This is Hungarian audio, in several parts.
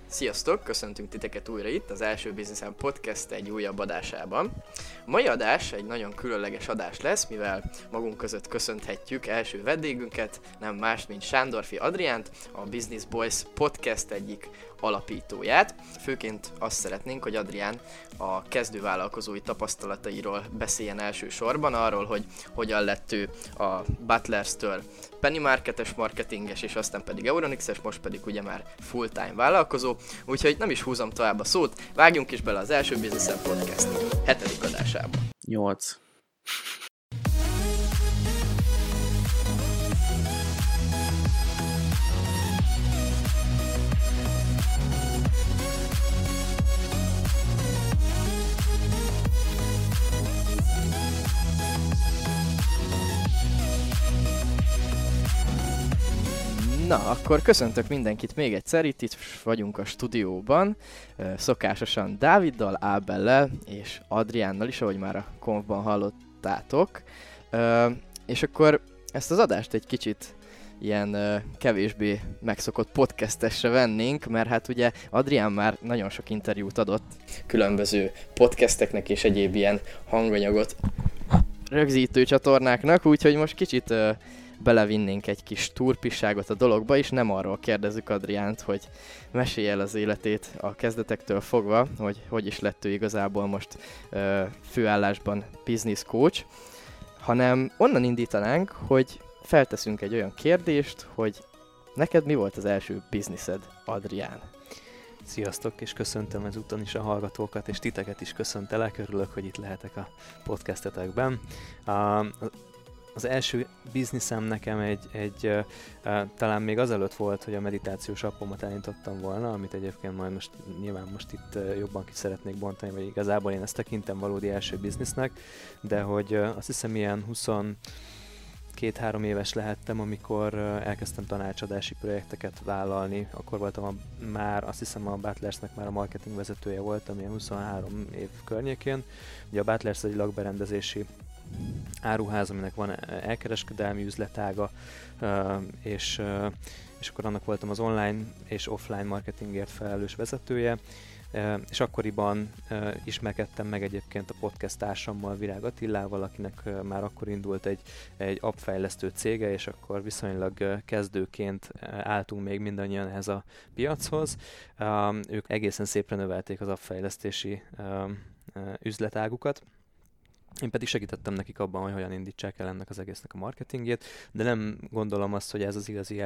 Sziasztok! Köszöntünk titeket újra itt, az Első Bizniszem Podcast egy újabb adásában. A mai adás egy nagyon különleges adás lesz, mivel magunk között köszönhetjük első vendégünket, nem más, mint Sándorfi Adriánt, a Business Boys Podcast egyik alapítóját. Főként azt szeretnénk, hogy Adrián a kezdővállalkozói tapasztalatairól beszéljen elsősorban, arról, hogy hogyan lett ő a Butlers-től Penny Marketes, marketinges, és aztán pedig Euronixes, most pedig ugye már full-time vállalkozó. Úgyhogy nem is húzom tovább a szót, vágjunk is bele az Első Bizniszem Podcast 7. adásába. 8. Na, akkor köszöntök mindenkit még egyszer, itt vagyunk a stúdióban, szokásosan Dáviddal, Ábellel és Adriánnal is, ahogy már a konfban hallottátok. És akkor ezt az adást egy kicsit ilyen kevésbé megszokott podcastesre vennénk, mert hát ugye Adrián már nagyon sok interjút adott különböző podcasteknek és egyéb ilyen hanganyagot rögzítő csatornáknak, úgyhogy most kicsit belevinnénk egy kis turpisságot a dologba, és nem arról kérdezzük Adriánt, hogy mesélj el az életét a kezdetektől fogva, hogy is lett ő igazából most főállásban business coach, hanem onnan indítanánk, hogy felteszünk egy olyan kérdést, hogy neked mi volt az első bizniszed, Adrián? Sziasztok, és köszöntöm ezúton is a hallgatókat, és titeket is köszöntelek, örülök, hogy itt lehetek a podcastetekben. Az első bizniszem nekem talán még azelőtt volt, hogy a meditációs appomat elindítottam volna, amit egyébként majd most itt jobban ki szeretnék bontani, vagy igazából én ezt tekintem valódi első biznisznek, de hogy azt hiszem ilyen 22-3 éves lehettem, amikor elkezdtem tanácsadási projekteket vállalni. Akkor voltam már azt hiszem a Butlersnek már a marketing vezetője voltam, ilyen 23 év környékén. Ugye a Butlers egy lakberendezési áruház, aminek van elkereskedelmi üzletága, és akkor annak voltam az online és offline marketingért felelős vezetője, és akkoriban ismerkedtem meg egyébként a podcast társammal, Virág Attilával, akinek már akkor indult egy appfejlesztő cége, és akkor viszonylag kezdőként álltunk még mindannyian ehhez a piachoz. Ők egészen szépre növelték az appfejlesztési üzletágukat. Én pedig segítettem nekik abban, hogy hogyan indítsák el ennek az egésznek a marketingjét, de nem gondolom azt, hogy ez az igazi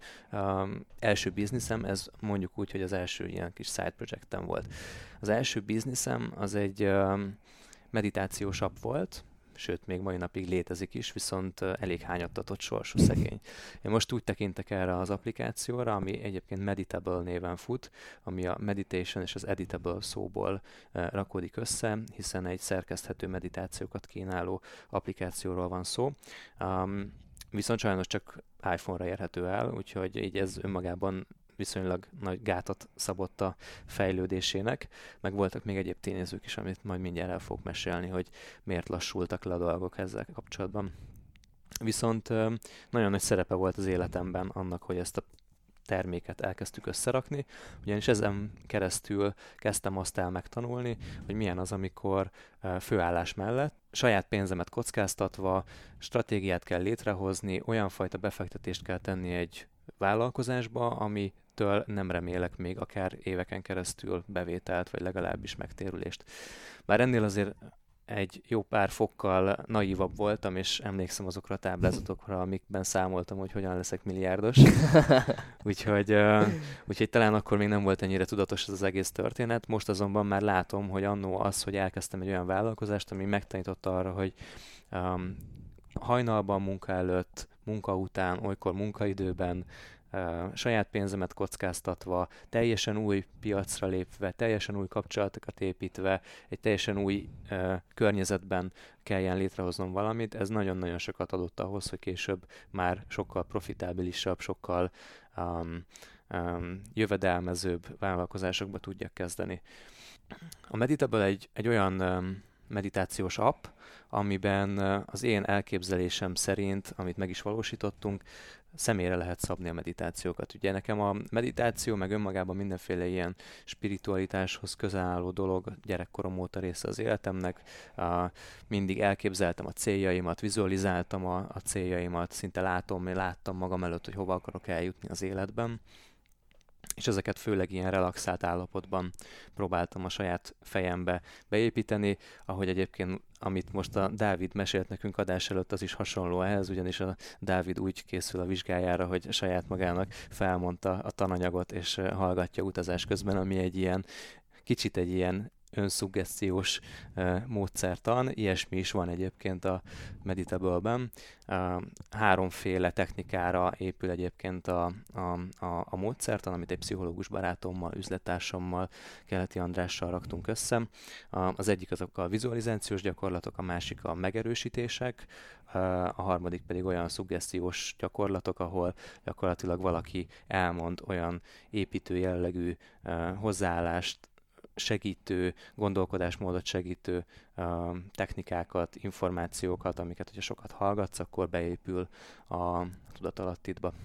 első bizniszem, ez mondjuk úgy, hogy az első ilyen kis side projectem volt. Az első bizniszem az egy meditációs app volt, sőt, még mai napig létezik is, viszont elég hányattatott sorsú szegény. Én most úgy tekintek erre az applikációra, ami egyébként Meditable néven fut, ami a meditation és az editable szóból rakódik össze, hiszen egy szerkeszthető meditációkat kínáló applikációról van szó. Viszont sajnos csak iPhone-ra érhető el, úgyhogy így ez önmagában viszonylag nagy gátat szabott a fejlődésének, meg voltak még egyéb tényezők is, amit majd mindjárt el fogok mesélni, hogy miért lassultak le a dolgok ezzel kapcsolatban. Viszont nagyon nagy szerepe volt az életemben annak, hogy ezt a terméket elkezdtük összerakni, ugyanis ezen keresztül kezdtem azt el megtanulni, hogy milyen az, amikor főállás mellett saját pénzemet kockáztatva stratégiát kell létrehozni, olyan fajta befektetést kell tenni egy vállalkozásba, amitől nem remélek még akár éveken keresztül bevételt, vagy legalábbis megtérülést. Bár ennél azért egy jó pár fokkal naívabb voltam, és emlékszem azokra a táblázatokra, amikben számoltam, hogy hogyan leszek milliárdos. Úgyhogy talán akkor még nem volt ennyire tudatos ez az egész történet. Most azonban már látom, hogy annó az, hogy elkezdtem egy olyan vállalkozást, ami megtanította arra, hogy hajnalban, munka előtt, munka után, olykor munkaidőben, saját pénzemet kockáztatva, teljesen új piacra lépve, teljesen új kapcsolatokat építve, egy teljesen új környezetben kelljen létrehoznom valamit, ez nagyon-nagyon sokat adott ahhoz, hogy később már sokkal profitábilisabb, sokkal jövedelmezőbb vállalkozásokba tudjak kezdeni. A Meditable egy olyan meditációs app, amiben az én elképzelésem szerint, amit meg is valósítottunk, személyre lehet szabni a meditációkat. Ugye nekem a meditáció, meg önmagában mindenféle ilyen spiritualitáshoz közel álló dolog gyerekkorom óta része az életemnek. Mindig elképzeltem a céljaimat, vizualizáltam a céljaimat, szinte láttam magam előtt, hogy hova akarok eljutni az életben. És ezeket főleg ilyen relaxált állapotban próbáltam a saját fejembe beépíteni, ahogy egyébként, amit most a Dávid mesélt nekünk adás előtt, az is hasonló ehhez, ugyanis a Dávid úgy készül a vizsgájára, hogy saját magának felmondta a tananyagot, és hallgatja utazás közben, ami kicsit egy ilyen önszuggesztiós módszertan, ilyesmi is van egyébként a Meditable-ben. Háromféle technikára épül egyébként a módszertan, amit egy pszichológus barátommal, üzlettársammal, Keleti Andrással raktunk össze. Az egyik azok a vizualizációs gyakorlatok, a másik a megerősítések, a harmadik pedig olyan szuggesztiós gyakorlatok, ahol gyakorlatilag valaki elmond olyan építő jellegű hozzáállást, segítő, gondolkodásmódot segítő technikákat, információkat, amiket, hogyha sokat hallgatsz, akkor beépül a tudatalattidba.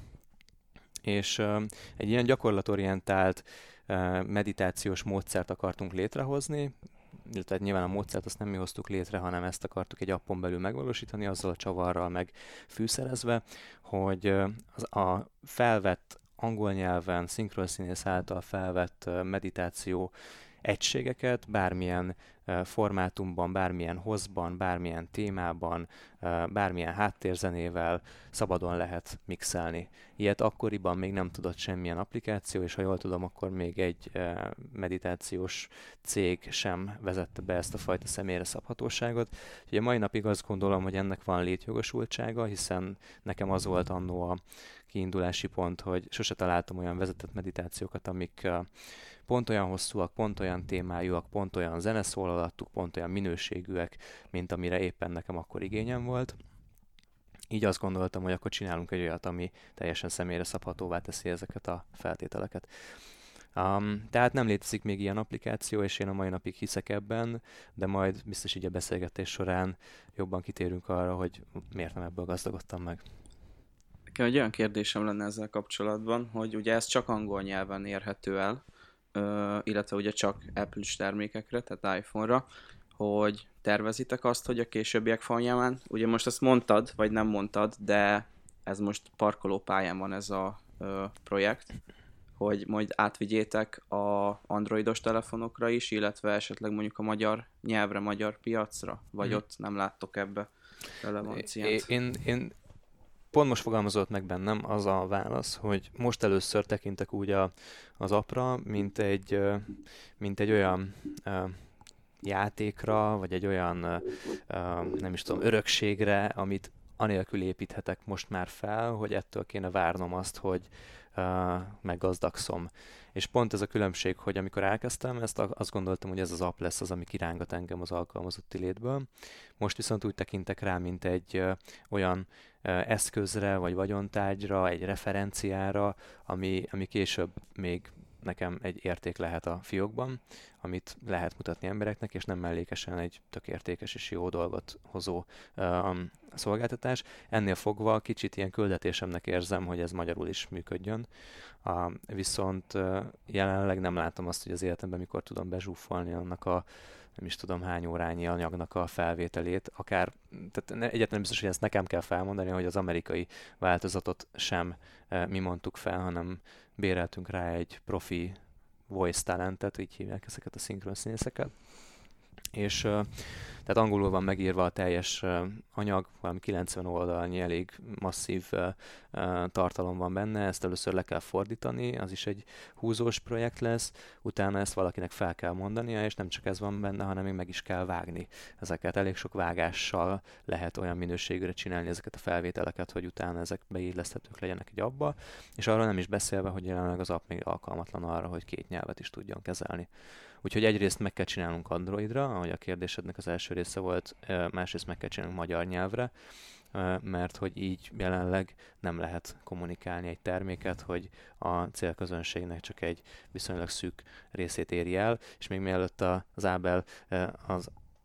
És egy ilyen gyakorlatorientált meditációs módszert akartunk létrehozni, illetve nyilván a módszert azt nem mi hoztuk létre, hanem ezt akartuk egy appon belül megvalósítani, azzal a csavarral meg fűszerezve, hogy a felvett angol nyelven, szinkronszínész által felvett meditáció egységeket bármilyen formátumban, bármilyen hozban, bármilyen témában, bármilyen háttérzenével szabadon lehet mixelni. Ilyet akkoriban még nem tudott semmilyen applikáció, és ha jól tudom, akkor még egy meditációs cég sem vezette be ezt a fajta személyre szabhatóságot. Ugye mai napig azt gondolom, hogy ennek van létjogosultsága, hiszen nekem az volt annó a kiindulási pont, hogy sose találtam olyan vezetett meditációkat, amik pont olyan hosszúak, pont olyan témájúak, pont olyan zeneszólalattuk, pont olyan minőségűek, mint amire éppen nekem akkor igényem volt. Így azt gondoltam, hogy akkor csinálunk egy olyat, ami teljesen személyre szabhatóvá teszi ezeket a feltételeket. Tehát nem létezik még ilyen applikáció, és én a mai napig hiszek ebben, de majd biztos így a beszélgetés során jobban kitérünk arra, hogy miért nem ebből gazdagodtam meg. Nekem egy olyan kérdésem lenne ezzel kapcsolatban, hogy ugye ez csak angol nyelven érhető el, illetve ugye csak Apple-s termékekre, tehát iPhone-ra, hogy tervezitek azt, hogy a későbbiek folyamán, ugye most ezt mondtad, vagy nem mondtad, de ez most parkolópályán van ez a projekt, hogy majd átvigyétek a androidos telefonokra is, illetve esetleg mondjuk a magyar nyelvre, magyar piacra, vagy ott nem láttok ebbe relevanciát? Én pont most fogalmazott meg bennem az a válasz, hogy most először tekintek úgy az appra, mint egy olyan játékra, vagy egy olyan, nem is tudom, örökségre, amit anélkül építhetek most már fel, hogy ettől kéne várnom azt, hogy meggazdagszom. És pont ez a különbség, hogy amikor elkezdtem ezt, azt gondoltam, hogy ez az app lesz az, ami kirángat engem az alkalmazotti létből. Most viszont úgy tekintek rá, mint egy olyan eszközre, vagy vagyontárgyra, egy referenciára, ami később még nekem egy érték lehet a fiókban, amit lehet mutatni embereknek, és nem mellékesen egy tök értékes és jó dolgot hozó szolgáltatás. Ennél fogva kicsit ilyen küldetésemnek érzem, hogy ez magyarul is működjön. Viszont jelenleg nem látom azt, hogy az életemben mikor tudom bezsúfolni annak a nem is tudom hány órányi anyagnak a felvételét, tehát egyáltalán biztos, hogy ezt nekem kell felmondani, hogy az amerikai változatot sem mi mondtuk fel, hanem béreltünk rá egy profi voice talentet, így hívják ezeket a szinkronszínészeket. És tehát angolul van megírva a teljes anyag, valami 90 oldalnyi elég masszív tartalom van benne, ezt először le kell fordítani, az is egy húzós projekt lesz, utána ezt valakinek fel kell mondania, és nem csak ez van benne, hanem még meg is kell vágni ezeket. Elég sok vágással lehet olyan minőségűre csinálni ezeket a felvételeket, hogy utána ezek beilleszthetők legyenek egy appba, és arról nem is beszélve, hogy jelenleg az app még alkalmatlan arra, hogy 2 nyelvet is tudjon kezelni. Úgyhogy egyrészt meg kell csinálnunk Androidra, ahogy a kérdésednek az első része volt, másrészt meg kell csinálnunk magyar nyelvre, mert hogy így jelenleg nem lehet kommunikálni egy terméket, hogy a célközönségnek csak egy viszonylag szűk részét éri el, és még mielőtt az Ábel az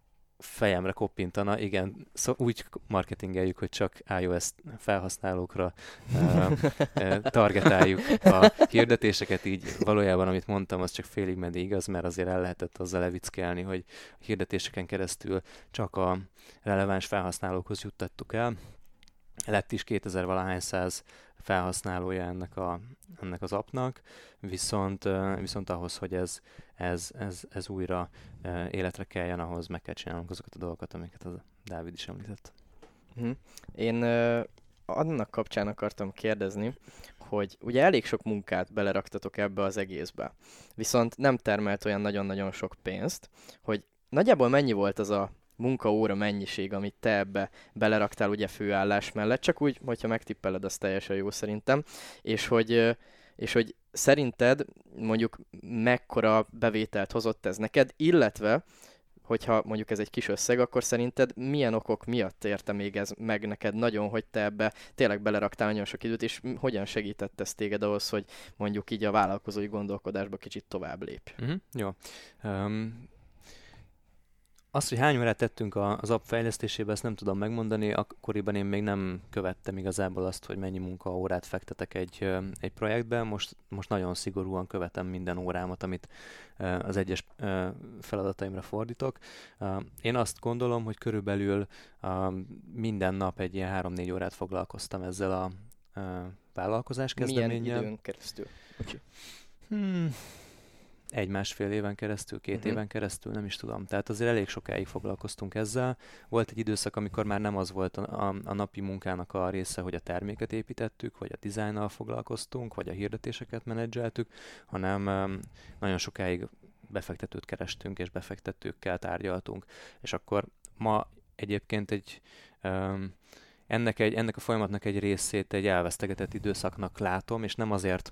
fejemre koppintana, igen, úgy marketingeljük, hogy csak iOS felhasználókra targetáljuk a hirdetéseket, így valójában, amit mondtam, az csak félig meddig igaz, mert azért el lehetett azzal levickelni, hogy a hirdetéseken keresztül csak a releváns felhasználókhoz juttattuk el. Lett is 2000-valahány száz felhasználója ennek az appnak, viszont ahhoz, hogy ez újra életre keljen, ahhoz meg kell csinálnunk azokat a dolgokat, amiket a Dávid is említett. Én annak kapcsán akartam kérdezni, hogy ugye elég sok munkát beleraktatok ebbe az egészbe, viszont nem termelt olyan nagyon-nagyon sok pénzt, hogy nagyjából mennyi volt az a munkaóra mennyiség, amit te ebbe beleraktál ugye főállás mellett, csak úgy, hogyha megtippeled, az teljesen jó szerintem, és hogy szerinted mondjuk mekkora bevételt hozott ez neked, illetve hogyha mondjuk ez egy kis összeg, akkor szerinted milyen okok miatt érte még ez meg neked nagyon, hogy te ebbe tényleg beleraktál nagyon sok időt, és hogyan segített ez téged ahhoz, hogy mondjuk így a vállalkozói gondolkodásba kicsit tovább lépj? Jó. Azt, hogy hány órát tettünk az app fejlesztésébe, ezt nem tudom megmondani. Akkoriban én még nem követtem igazából azt, hogy mennyi munkaórát fektetek egy projektbe. Most nagyon szigorúan követem minden órámat, amit az egyes feladataimra fordítok. Én azt gondolom, hogy körülbelül minden nap egy ilyen 3-4 órát foglalkoztam ezzel a vállalkozás kezdeménnyel. Milyen időn keresztül? Egy-másfél éven keresztül, 2 éven keresztül, nem is tudom. Tehát azért elég sokáig foglalkoztunk ezzel. Volt egy időszak, amikor már nem az volt a napi munkának a része, hogy a terméket építettük, vagy a dizájnnal foglalkoztunk, vagy a hirdetéseket menedzseltük, hanem nagyon sokáig befektetőt kerestünk, és befektetőkkel tárgyaltunk. És akkor ma egyébként ennek a folyamatnak egy részét egy elvesztegetett időszaknak látom, és nem azért,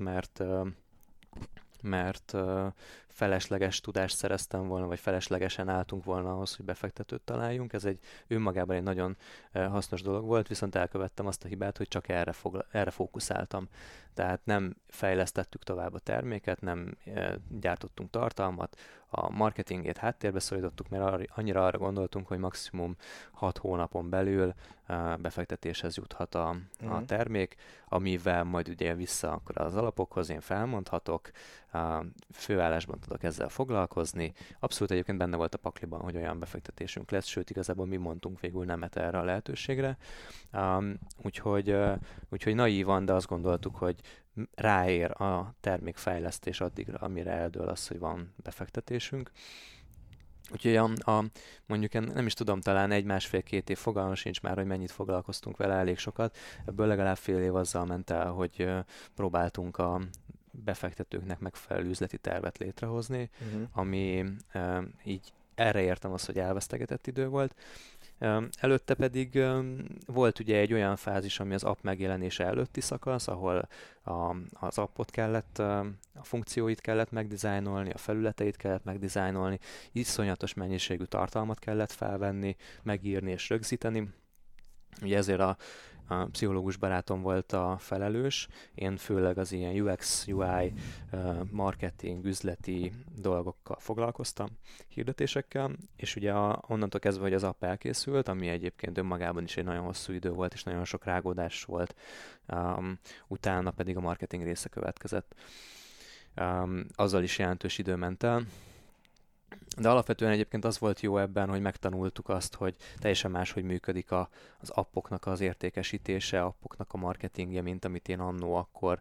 mert felesleges tudást szereztem volna, vagy feleslegesen álltunk volna ahhoz, hogy befektetőt találjunk. Ez önmagában egy nagyon hasznos dolog volt, viszont elkövettem azt a hibát, hogy csak erre fókuszáltam. Tehát nem fejlesztettük tovább a terméket, nem gyártottunk tartalmat, a marketingét háttérbe szorítottuk, mert annyira arra gondoltunk, hogy maximum 6 hónapon belül befektetéshez juthat a termék, amivel majd ugye vissza akkor az alapokhoz én felmondhatok, főállásban tudok ezzel foglalkozni. Abszolút egyébként benne volt a pakliban, hogy olyan befektetésünk lesz, sőt igazából mi mondtunk végül nemet erre a lehetőségre. Úgyhogy naívan, de azt gondoltuk, hogy ráér a termékfejlesztés addigra, amire eldől az, hogy van befektetésünk. Úgyhogy mondjuk nem is tudom, talán 1-1,5-2 év, fogalmam sincs már, hogy mennyit foglalkoztunk vele, elég sokat. Ebből legalább fél év azzal ment el, hogy próbáltunk a befektetőknek megfelelő üzleti tervet létrehozni, ami így erre értem azt, hogy elvesztegetett idő volt. Előtte pedig volt ugye egy olyan fázis, ami az app megjelenése előtti szakasz, ahol az appot kellett, a funkcióit kellett megdizájnolni, a felületeit kellett megdizájnolni, iszonyatos mennyiségű tartalmat kellett felvenni, megírni és rögzíteni. Ugye ezért a pszichológus barátom volt a felelős, én főleg az ilyen UX, UI, marketing, üzleti dolgokkal foglalkoztam, hirdetésekkel, és ugye onnantól kezdve, hogy az app elkészült, ami egyébként önmagában is egy nagyon hosszú idő volt, és nagyon sok rágódás volt, utána pedig a marketing része következett. Azzal is jelentős idő ment el. De alapvetően egyébként az volt jó ebben, hogy megtanultuk azt, hogy teljesen máshogy működik az appoknak az értékesítése, appoknak a marketingje, mint amit én annó akkor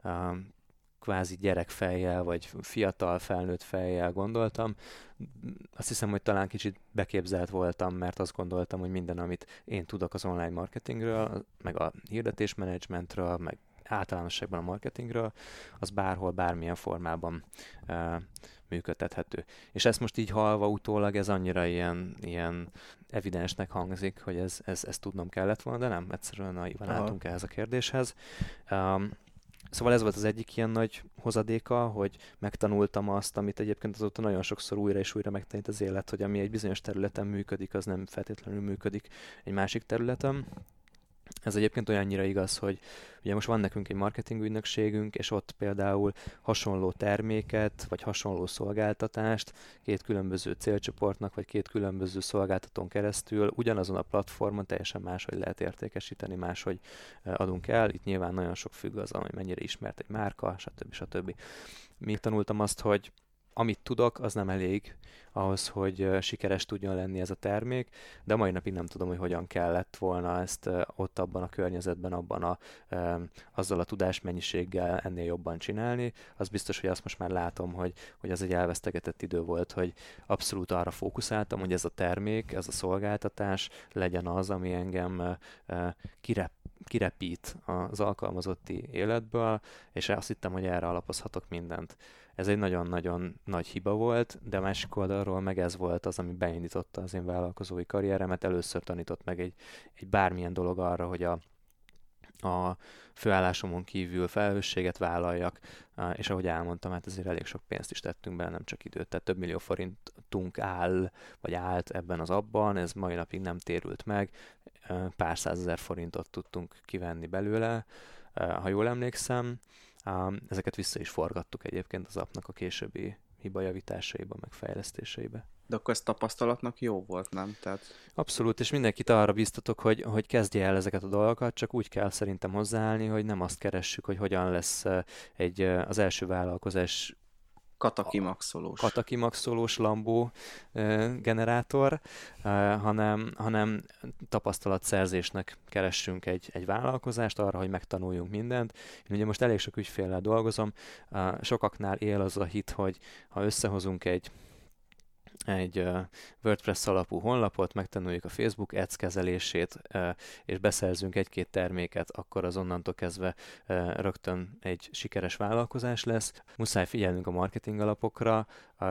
kvázi gyerekfejjel, vagy fiatal felnőtt fejjel gondoltam. Azt hiszem, hogy talán kicsit beképzelt voltam, mert azt gondoltam, hogy minden, amit én tudok az online marketingről, meg a hirdetésmenedzsmentről, meg általánosságban a marketingről, az bárhol, bármilyen formában működtethető. És ezt most így hallva utólag, ez annyira ilyen evidensnek hangzik, hogy ezt tudnom kellett volna, de nem, egyszerűen naivan álltunk ehhez a kérdéshez. Szóval ez volt az egyik ilyen nagy hozadéka, hogy megtanultam azt, amit egyébként azóta nagyon sokszor újra és újra megtanít az élet, hogy ami egy bizonyos területen működik, az nem feltétlenül működik egy másik területen. Ez egyébként olyannyira igaz, hogy ugye most van nekünk egy marketing ügynökségünk, és ott például hasonló terméket, vagy hasonló szolgáltatást két különböző célcsoportnak, vagy két különböző szolgáltatón keresztül ugyanazon a platformon teljesen máshogy lehet értékesíteni, máshogy adunk el. Itt nyilván nagyon sok függ azon, hogy mennyire ismert egy márka, stb. Még tanultam azt, hogy amit tudok, az nem elég ahhoz, hogy sikeres tudjon lenni ez a termék, de a mai napig nem tudom, hogy hogyan kellett volna ezt ott abban a környezetben, azzal a tudásmennyiséggel ennél jobban csinálni. Az biztos, hogy azt most már látom, hogy az egy elvesztegetett idő volt, hogy abszolút arra fókuszáltam, hogy ez a termék, ez a szolgáltatás legyen az, ami engem kirepít az alkalmazotti életből, és azt hittem, hogy erre alapozhatok mindent. Ez egy nagyon-nagyon nagy hiba volt, de a másik oldalról meg ez volt az, ami beindította az én vállalkozói karrieremet. Először tanított meg egy bármilyen dolog arra, hogy a főállásomon kívül felelősséget vállaljak, és ahogy elmondtam, hát ezért elég sok pénzt is tettünk bele, nem csak időt, tehát több millió forintunk állt ebben az appban, ez mai napig nem térült meg, pár százezer forintot tudtunk kivenni belőle, ha jól emlékszem. Ezeket vissza is forgattuk egyébként az appnak a későbbi hibajavításaiba, meg fejlesztéseibe. De akkor ez tapasztalatnak jó volt, nem? Tehát... Abszolút, és mindenkit arra biztatok, hogy kezdje el ezeket a dolgokat, csak úgy kell szerintem hozzáállni, hogy nem azt keressük, hogy hogyan lesz az első vállalkozás Katakimaxolós Lambó generátor, hanem tapasztalatszerzésnek keressünk egy vállalkozást arra, hogy megtanuljunk mindent. Én ugye most elég sok ügyféllel dolgozom, sokaknál él az a hit, hogy ha összehozunk egy WordPress alapú honlapot, megtanuljuk a Facebook Ads kezelését, és beszerzünk egy-két terméket, akkor az onnantól kezdve rögtön egy sikeres vállalkozás lesz. Muszáj figyelnünk a marketing alapokra,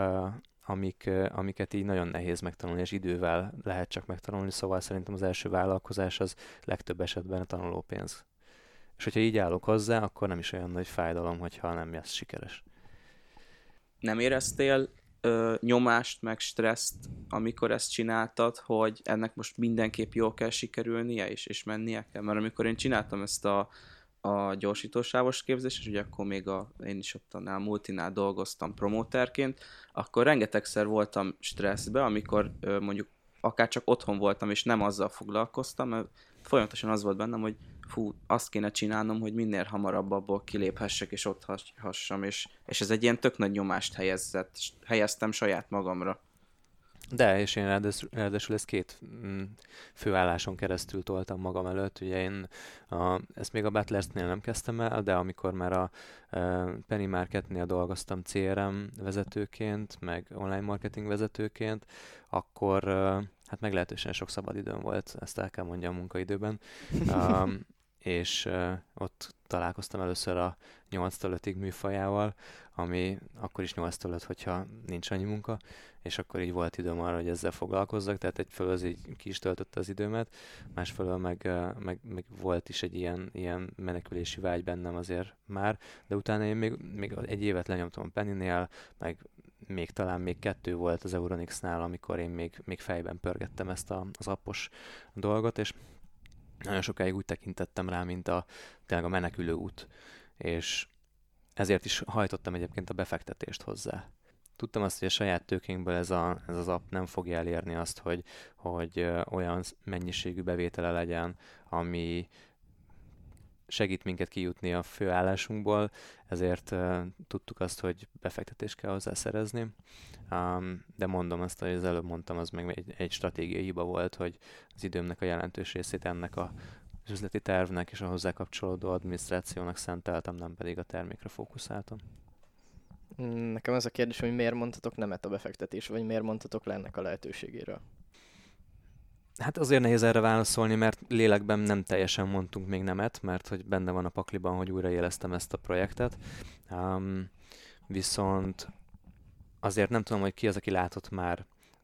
amiket így nagyon nehéz megtanulni, és idővel lehet csak megtanulni, szóval szerintem az első vállalkozás az legtöbb esetben a tanulópénz. És hogyha így állok hozzá, akkor nem is olyan nagy fájdalom, hogyha nem lesz sikeres. Nem éreztél nyomást, meg stresszt, amikor ezt csináltad, hogy ennek most mindenképp jól kell sikerülnie, és mennie kell? Mert amikor én csináltam ezt a gyorsítósávos képzést, és ugye akkor még én is ott annál multinál dolgoztam promóterként, akkor rengetegszer voltam stresszbe, amikor mondjuk akár csak otthon voltam, és nem azzal foglalkoztam, mert folyamatosan az volt bennem, hogy azt kéne csinálnom, hogy minél hamarabb abból kiléphessek, és ott hassam, és ez egy ilyen tök nagy nyomást helyeztem saját magamra. De, és én ráadásul ezt két főálláson keresztül toltam magam előtt. Ugye én ezt még a Butlers-nél nem kezdtem el, de amikor már a Penny Market-nél dolgoztam CRM vezetőként, meg online marketing vezetőként, akkor hát meglehetősen sok szabadidőm volt, ezt el kell mondjam, munkaidőben. És ott találkoztam először a 8-5-ig műfajával, ami akkor is 8-5, hogyha nincs annyi munka, és akkor így volt időm arra, hogy ezzel foglalkozzak, tehát egyfelől az így ki is töltötte az időmet, másfelől meg volt is egy ilyen menekülési vágy bennem azért már, de utána én még egy évet lenyomtam a Pennynél, meg talán még 2 volt az Euronixnál, amikor én még fejben pörgettem ezt az appos dolgot, és nagyon sokáig úgy tekintettem rá, mint tényleg a menekülő út, és ezért is hajtottam egyébként a befektetést hozzá. Tudtam azt, hogy a saját tőkénkből ez az app nem fogja elérni azt, hogy olyan mennyiségű bevétele legyen, ami segít minket kijutni a főállásunkból, ezért tudtuk azt, hogy befektetést kell hozzá szerezni. De mondom azt, hogy az előbb mondtam, az meg egy stratégiai hiba volt, hogy az időmnek a jelentős részét ennek az üzleti tervnek és a hozzá kapcsolódó adminisztrációnak szenteltem, nem pedig a termékre fókuszáltam. Nekem az a kérdés, hogy miért mondhatok nemet a befektetés, vagy miért mondhatok le ennek a lehetőségéről? Hát azért nehéz erre válaszolni, mert lélekben nem teljesen mondtunk még nemet, mert hogy benne van a pakliban, hogy újraélesztem ezt a projektet. Viszont azért nem tudom, hogy ki az, aki látott már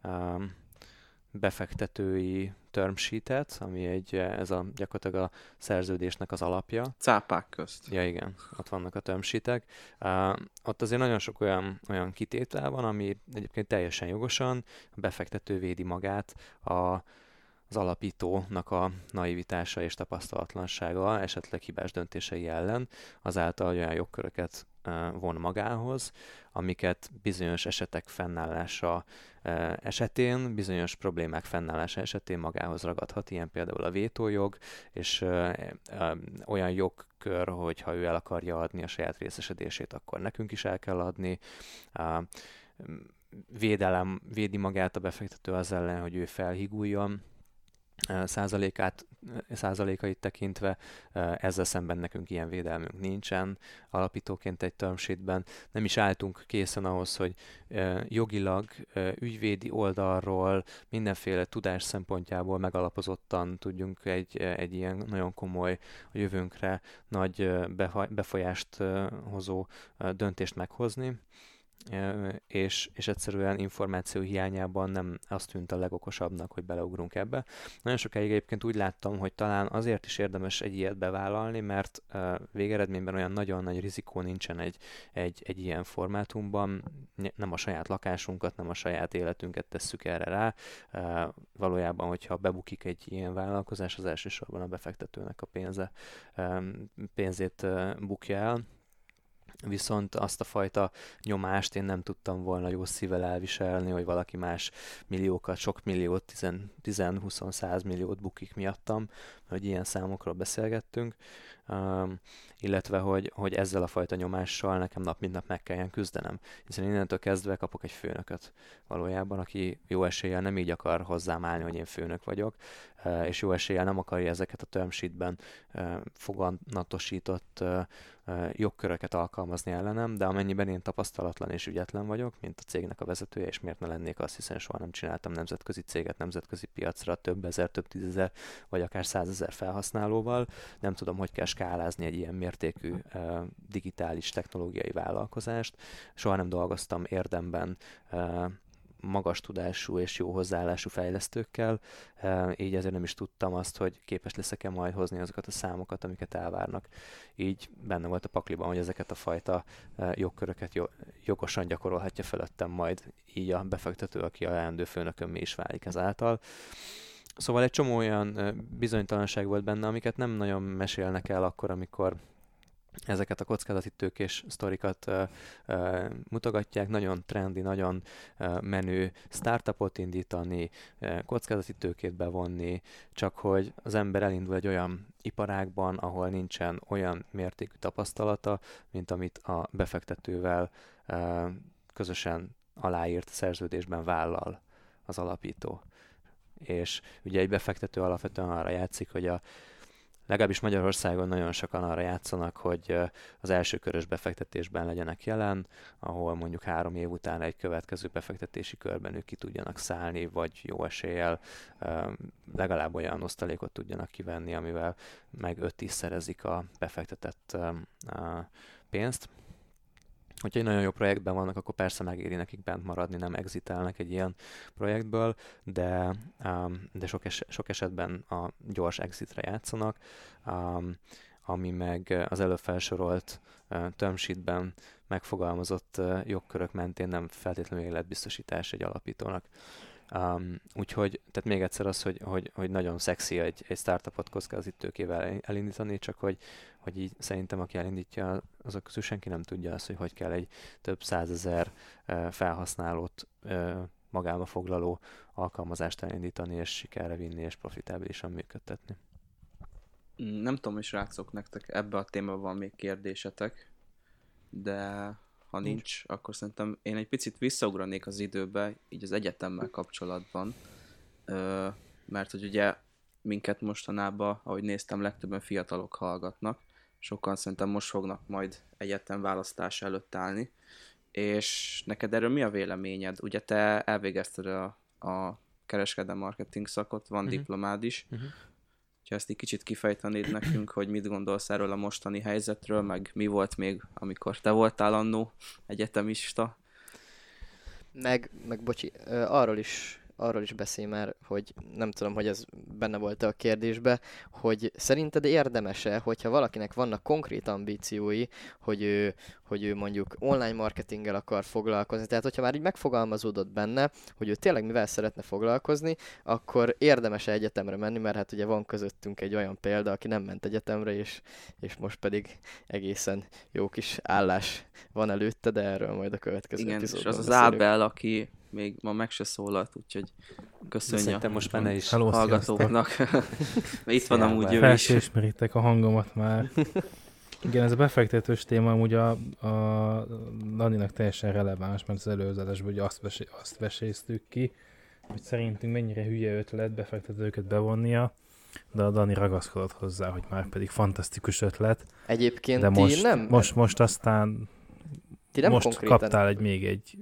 befektetői term sheetet, ami gyakorlatilag a szerződésnek az alapja. Cápák közt. Ja igen, ott vannak a term sheetek. Ott azért nagyon sok olyan kitétel van, ami egyébként teljesen jogosan a befektető védi magát az alapítónak a naivitása és tapasztalatlansága, esetleg hibás döntései ellen, azáltal olyan jogköröket von magához, amiket bizonyos esetek fennállása esetén, bizonyos problémák fennállása esetén magához ragadhat, ilyen például a vétójog, és olyan jogkör, hogy ha ő el akarja adni a saját részesedését, akkor nekünk is el kell adni. Védi magát a befektető az ellen, hogy ő felhiguljon, százalékait tekintve, ezzel szemben nekünk ilyen védelmünk nincsen alapítóként egy term sheetben. Nem is álltunk készen ahhoz, hogy jogilag, ügyvédi oldalról, mindenféle tudás szempontjából megalapozottan tudjunk egy ilyen nagyon komoly, a jövőnkre nagy befolyást hozó döntést meghozni. És egyszerűen információ hiányában nem azt tűnt a legokosabbnak, hogy beleugrunk ebbe. Nagyon sokáig egyébként úgy láttam, hogy talán azért is érdemes egy ilyet bevállalni, mert végeredményben olyan nagyon nagy rizikó nincsen egy ilyen formátumban, nem a saját lakásunkat, nem a saját életünket tesszük erre rá. Valójában, hogyha bebukik egy ilyen vállalkozás, az elsősorban a befektetőnek a pénzét bukja el. Viszont azt a fajta nyomást én nem tudtam volna jó szívvel elviselni, hogy valaki más milliókat, sok milliót, 10-20-100 milliót bukik miattam, hogy ilyen számokról beszélgettünk, illetve hogy ezzel a fajta nyomással nekem nap mint nap meg kelljen küzdenem. Hiszen innentől kezdve kapok egy főnököt valójában, aki jó eséllyel nem így akar hozzám állni, hogy én főnök vagyok, és jó eséllyel nem akarja ezeket a term sheetben foganatosított jogköröket alkalmazni ellenem, de amennyiben én tapasztalatlan és ügyetlen vagyok, mint a cégnek a vezetője, és miért ne lennék azt, hiszen soha nem csináltam nemzetközi céget nemzetközi piacra több ezer, több tízezer, vagy akár 100 000 felhasználóval, nem tudom, hogy kell skálázni egy ilyen mértékű digitális technológiai vállalkozást. Soha nem dolgoztam érdemben magas tudású és jó hozzáállású fejlesztőkkel, így ezért nem is tudtam azt, hogy képes leszek-e majd hozni azokat a számokat, amiket elvárnak. Így benne volt a pakliban, hogy ezeket a fajta jogköröket jogosan gyakorolhatja fölöttem majd így a befektető, aki a leendő főnökömmé is válik ezáltal. Szóval egy csomó olyan bizonytalanság volt benne, amiket nem nagyon mesélnek el akkor, amikor ezeket a kockázati tőkés sztorikat mutogatják, nagyon trendi, nagyon menő startupot indítani, kockázati tőkét bevonni, csak hogy az ember elindul egy olyan iparágban, ahol nincsen olyan mértékű tapasztalata, mint amit a befektetővel közösen aláírt szerződésben vállal az alapító. És ugye egy befektető alapvetően arra játszik, hogy legalábbis Magyarországon nagyon sokan arra játszanak, hogy az első körös befektetésben legyenek jelen, ahol mondjuk 3 év után egy következő befektetési körben ők ki tudjanak szállni, vagy jó eséllyel legalább olyan osztalékot tudjanak kivenni, amivel meg 5-10-szerezik a befektetett pénzt. Hogyha egy nagyon jó projektben vannak, akkor persze megéri nekik bent maradni, nem exitelnek egy ilyen projektből, de sok esetben a gyors exitre játszanak, ami meg az előbb felsorolt term sheetben megfogalmazott jogkörök mentén nem feltétlenül életbiztosítás egy alapítónak. Úgyhogy, tehát még egyszer az, hogy nagyon szexi egy startupot kockázati tőkével elindítani, csak hogy így szerintem aki elindítja, azok közül senki nem tudja azt, hogy kell egy több 100 000 felhasználót magába foglaló alkalmazást elindítani, és sikerre vinni, és profitábilisan működtetni. Nem tudom, hogy srácok, nektek ebbe a témában van még kérdésetek, de ha nincs, akkor szerintem én egy picit visszaugranék az időbe, így az egyetemmel kapcsolatban, mert hogy ugye minket mostanában, ahogy néztem, legtöbben fiatalok hallgatnak, sokan szerintem most fognak majd egyetem választás előtt állni, és neked erről mi a véleményed? Ugye te elvégezted a kereskedelmi marketing szakot, van diplomád is, ha ezt egy kicsit kifejtenéd nekünk, hogy mit gondolsz erről a mostani helyzetről, meg mi volt még, amikor te voltál annó egyetemista? Meg bocsi, arról is arról is beszélj már, hogy nem tudom, hogy ez benne volt-e a kérdésbe, hogy szerinted érdemes-e, hogyha valakinek vannak konkrét ambíciói, hogy ő mondjuk online marketinggel akar foglalkozni, tehát hogyha már így megfogalmazódott benne, hogy ő tényleg mivel szeretne foglalkozni, akkor érdemes egyetemre menni, mert hát ugye van közöttünk egy olyan példa, aki nem ment egyetemre, és most pedig egészen jó kis állás van előtte, de erről majd a következő epizódban és az beszélünk. Ábel, aki még ma meg se szólalt, úgyhogy köszönjük most benne is hallgatóknak. Itt van amúgy ő Fel is. se ismeritek a hangomat már. Igen, ez a befektetős téma amúgy a Daninak teljesen releváns, mert az előzetesben ugye azt veséztük ki, hogy szerintünk mennyire hülye ötlet befektetőket bevonnia, de a Dani ragaszkodott hozzá, hogy már pedig fantasztikus ötlet. Egyébként de ti nem... most aztán ti nem most konkrétan... kaptál még egy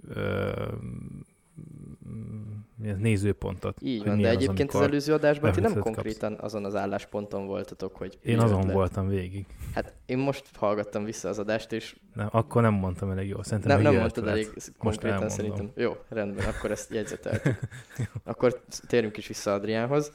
nézőpontot. Így van, de egyébként az előző adásban ti nem konkrétan azon az állásponton voltatok, hogy... Én azon voltam végig. Hát én most hallgattam vissza az adást, és... Nem, akkor nem mondtam elég jól. Szerintem nem mondtad elég konkrétan szerintem. Jó, rendben, akkor ezt jegyzeteltük. Akkor térjünk is vissza Adriánhoz.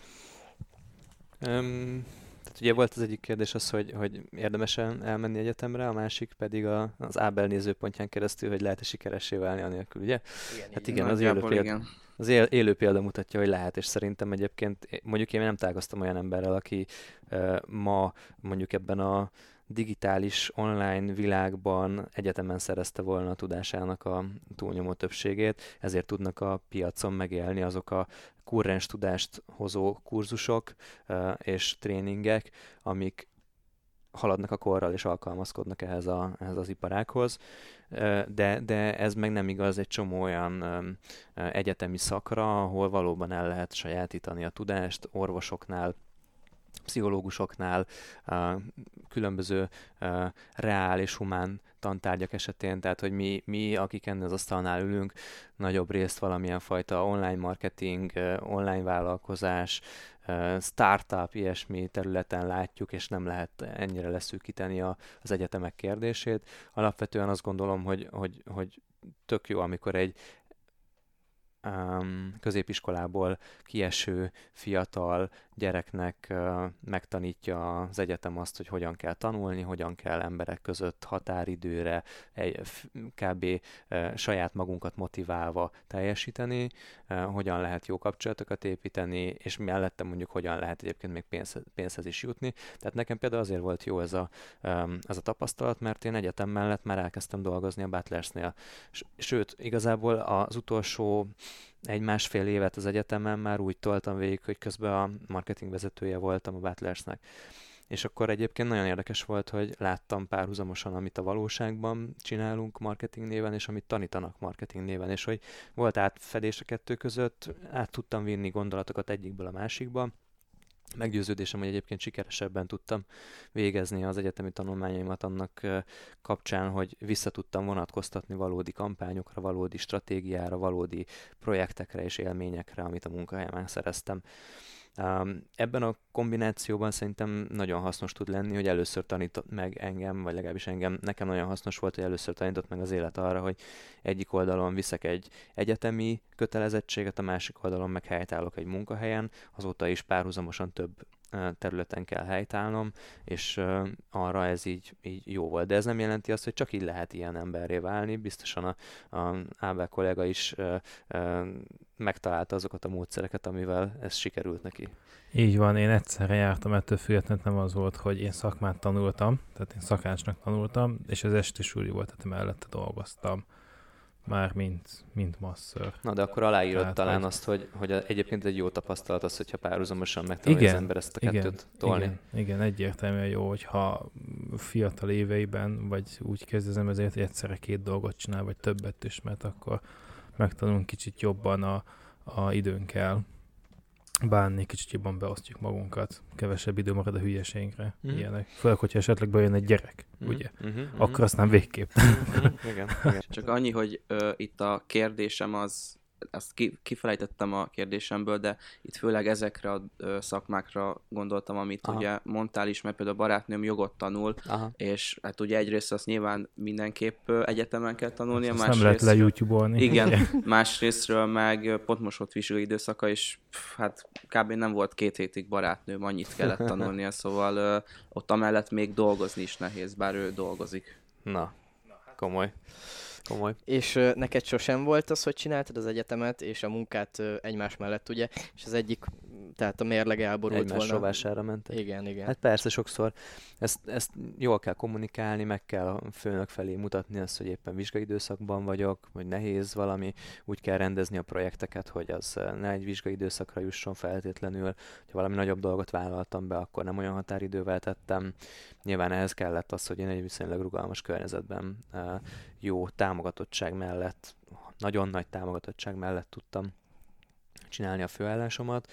Tehát ugye volt az egyik kérdés az, hogy érdemes-e elmenni egyetemre, a másik pedig az Ábel nézőpontján keresztül, hogy lehet-e sikeressé válni anélkül, ugye? Igen, hát igen, az élő példa mutatja, hogy lehet, és szerintem egyébként, mondjuk én nem találkoztam olyan emberrel, aki ma mondjuk ebben a digitális online világban egyetemen szerezte volna a tudásának a túlnyomó többségét, ezért tudnak a piacon megélni azok a kurrens tudást hozó kurzusok és tréningek, amik haladnak a korral és alkalmazkodnak ehhez az iparághoz, de ez meg nem igaz egy csomó olyan egyetemi szakra, ahol valóban el lehet sajátítani a tudást orvosoknál, pszichológusoknál, különböző reál és humán tantárgyak esetén, tehát hogy mi akik ennél az asztalnál ülünk, nagyobb részt valamilyen fajta online marketing, online vállalkozás, startup, ilyesmi területen látjuk, és nem lehet ennyire leszűkíteni az egyetemek kérdését. Alapvetően azt gondolom, hogy tök jó, amikor egy középiskolából kieső fiatal gyereknek megtanítja az egyetem azt, hogy hogyan kell tanulni, hogyan kell emberek között határidőre kb. Saját magunkat motiválva teljesíteni, hogyan lehet jó kapcsolatokat építeni, és mellette mondjuk hogyan lehet egyébként még pénzhez is jutni. Tehát nekem például azért volt jó ez a tapasztalat, mert én egyetem mellett már elkezdtem dolgozni a Butlersnél. Sőt, igazából az utolsó 1-1,5 évet az egyetemen már úgy toltam végig, hogy közben a marketing vezetője voltam a Butlersnek. És akkor egyébként nagyon érdekes volt, hogy láttam párhuzamosan, amit a valóságban csinálunk marketing néven, és amit tanítanak marketing néven, és hogy volt átfedés a kettő között, át tudtam vinni gondolatokat egyikből a másikba. Meggyőződésem, hogy egyébként sikeresebben tudtam végezni az egyetemi tanulmányaimat annak kapcsán, hogy vissza tudtam vonatkoztatni valódi kampányokra, valódi stratégiára, valódi projektekre és élményekre, amit a munkahelyemen szereztem. Ebben a kombinációban szerintem nagyon hasznos tud lenni, hogy először tanított meg engem, vagy legalábbis nekem nagyon hasznos volt, hogy először tanított meg az élet arra, hogy egyik oldalon viszek egy egyetemi kötelezettséget, a másik oldalon meg helytállok egy munkahelyen, azóta is párhuzamosan több területen kell helytállnom, és arra ez így jó volt. De ez nem jelenti azt, hogy csak így lehet ilyen emberré válni. Biztosan a Ábel kollega is megtalálta azokat a módszereket, amivel ez sikerült neki. Így van, én egyszerre jártam, ettől függetlenül nem az volt, hogy én szakmát tanultam, tehát én szakácsnak tanultam, és az esti suli volt, tehát mellette dolgoztam. Már mint masször. Na, de akkor aláírod tehát, talán azt, hogy egyébként egy jó tapasztalat az, hogyha párhuzamosan megtanulja az ember ezt a kettőt tolni. Igen, egyértelműen jó, hogyha fiatal éveiben, vagy úgy kezdezem ezért, hogy egyszerre 2 dolgot csinál, vagy többet is, mert akkor megtanulunk kicsit jobban a időnkkel bánni, kicsit jobban beosztjuk magunkat, kevesebb idő marad a hülyeségre, ilyenek. Főleg, hogyha esetleg bejön egy gyerek, ugye? Akkor aztán végképp. Igen. Csak annyi, hogy itt a kérdésem az ezt kifelejtettem a kérdésemből, de itt főleg ezekre a szakmákra gondoltam, amit ugye mondtál is, mert például a barátnőm jogot tanul, és hát ugye egyrészt azt nyilván mindenképp egyetemen kell tanulnia, másrészt nem lehet le YouTube-olni. Igen, másrésztről meg pont most volt vizsgai időszaka, és hát kb. Nem volt 2 hétig barátnőm, annyit kellett tanulnia, szóval ott amellett még dolgozni is nehéz, bár ő dolgozik. Na, komoly. És neked sosem volt az, hogy csináltad az egyetemet és a munkát egymás mellett, ugye? És az egyik, tehát a mérleg elborult egymás volna. rovására mentek. Igen. Hát persze, sokszor ezt jól kell kommunikálni, meg kell a főnök felé mutatni azt, hogy éppen vizsgai időszakban vagyok, hogy nehéz valami, úgy kell rendezni a projekteket, hogy az ne egy vizsgai időszakra jusson feltétlenül, ha valami nagyobb dolgot vállaltam be, akkor nem olyan határidővel tettem. Nyilván ehhez kellett az, hogy én egy viszonylag rugalmas környezetben jó támogatottság mellett, nagyon nagy támogatottság mellett tudtam csinálni a főállásomat,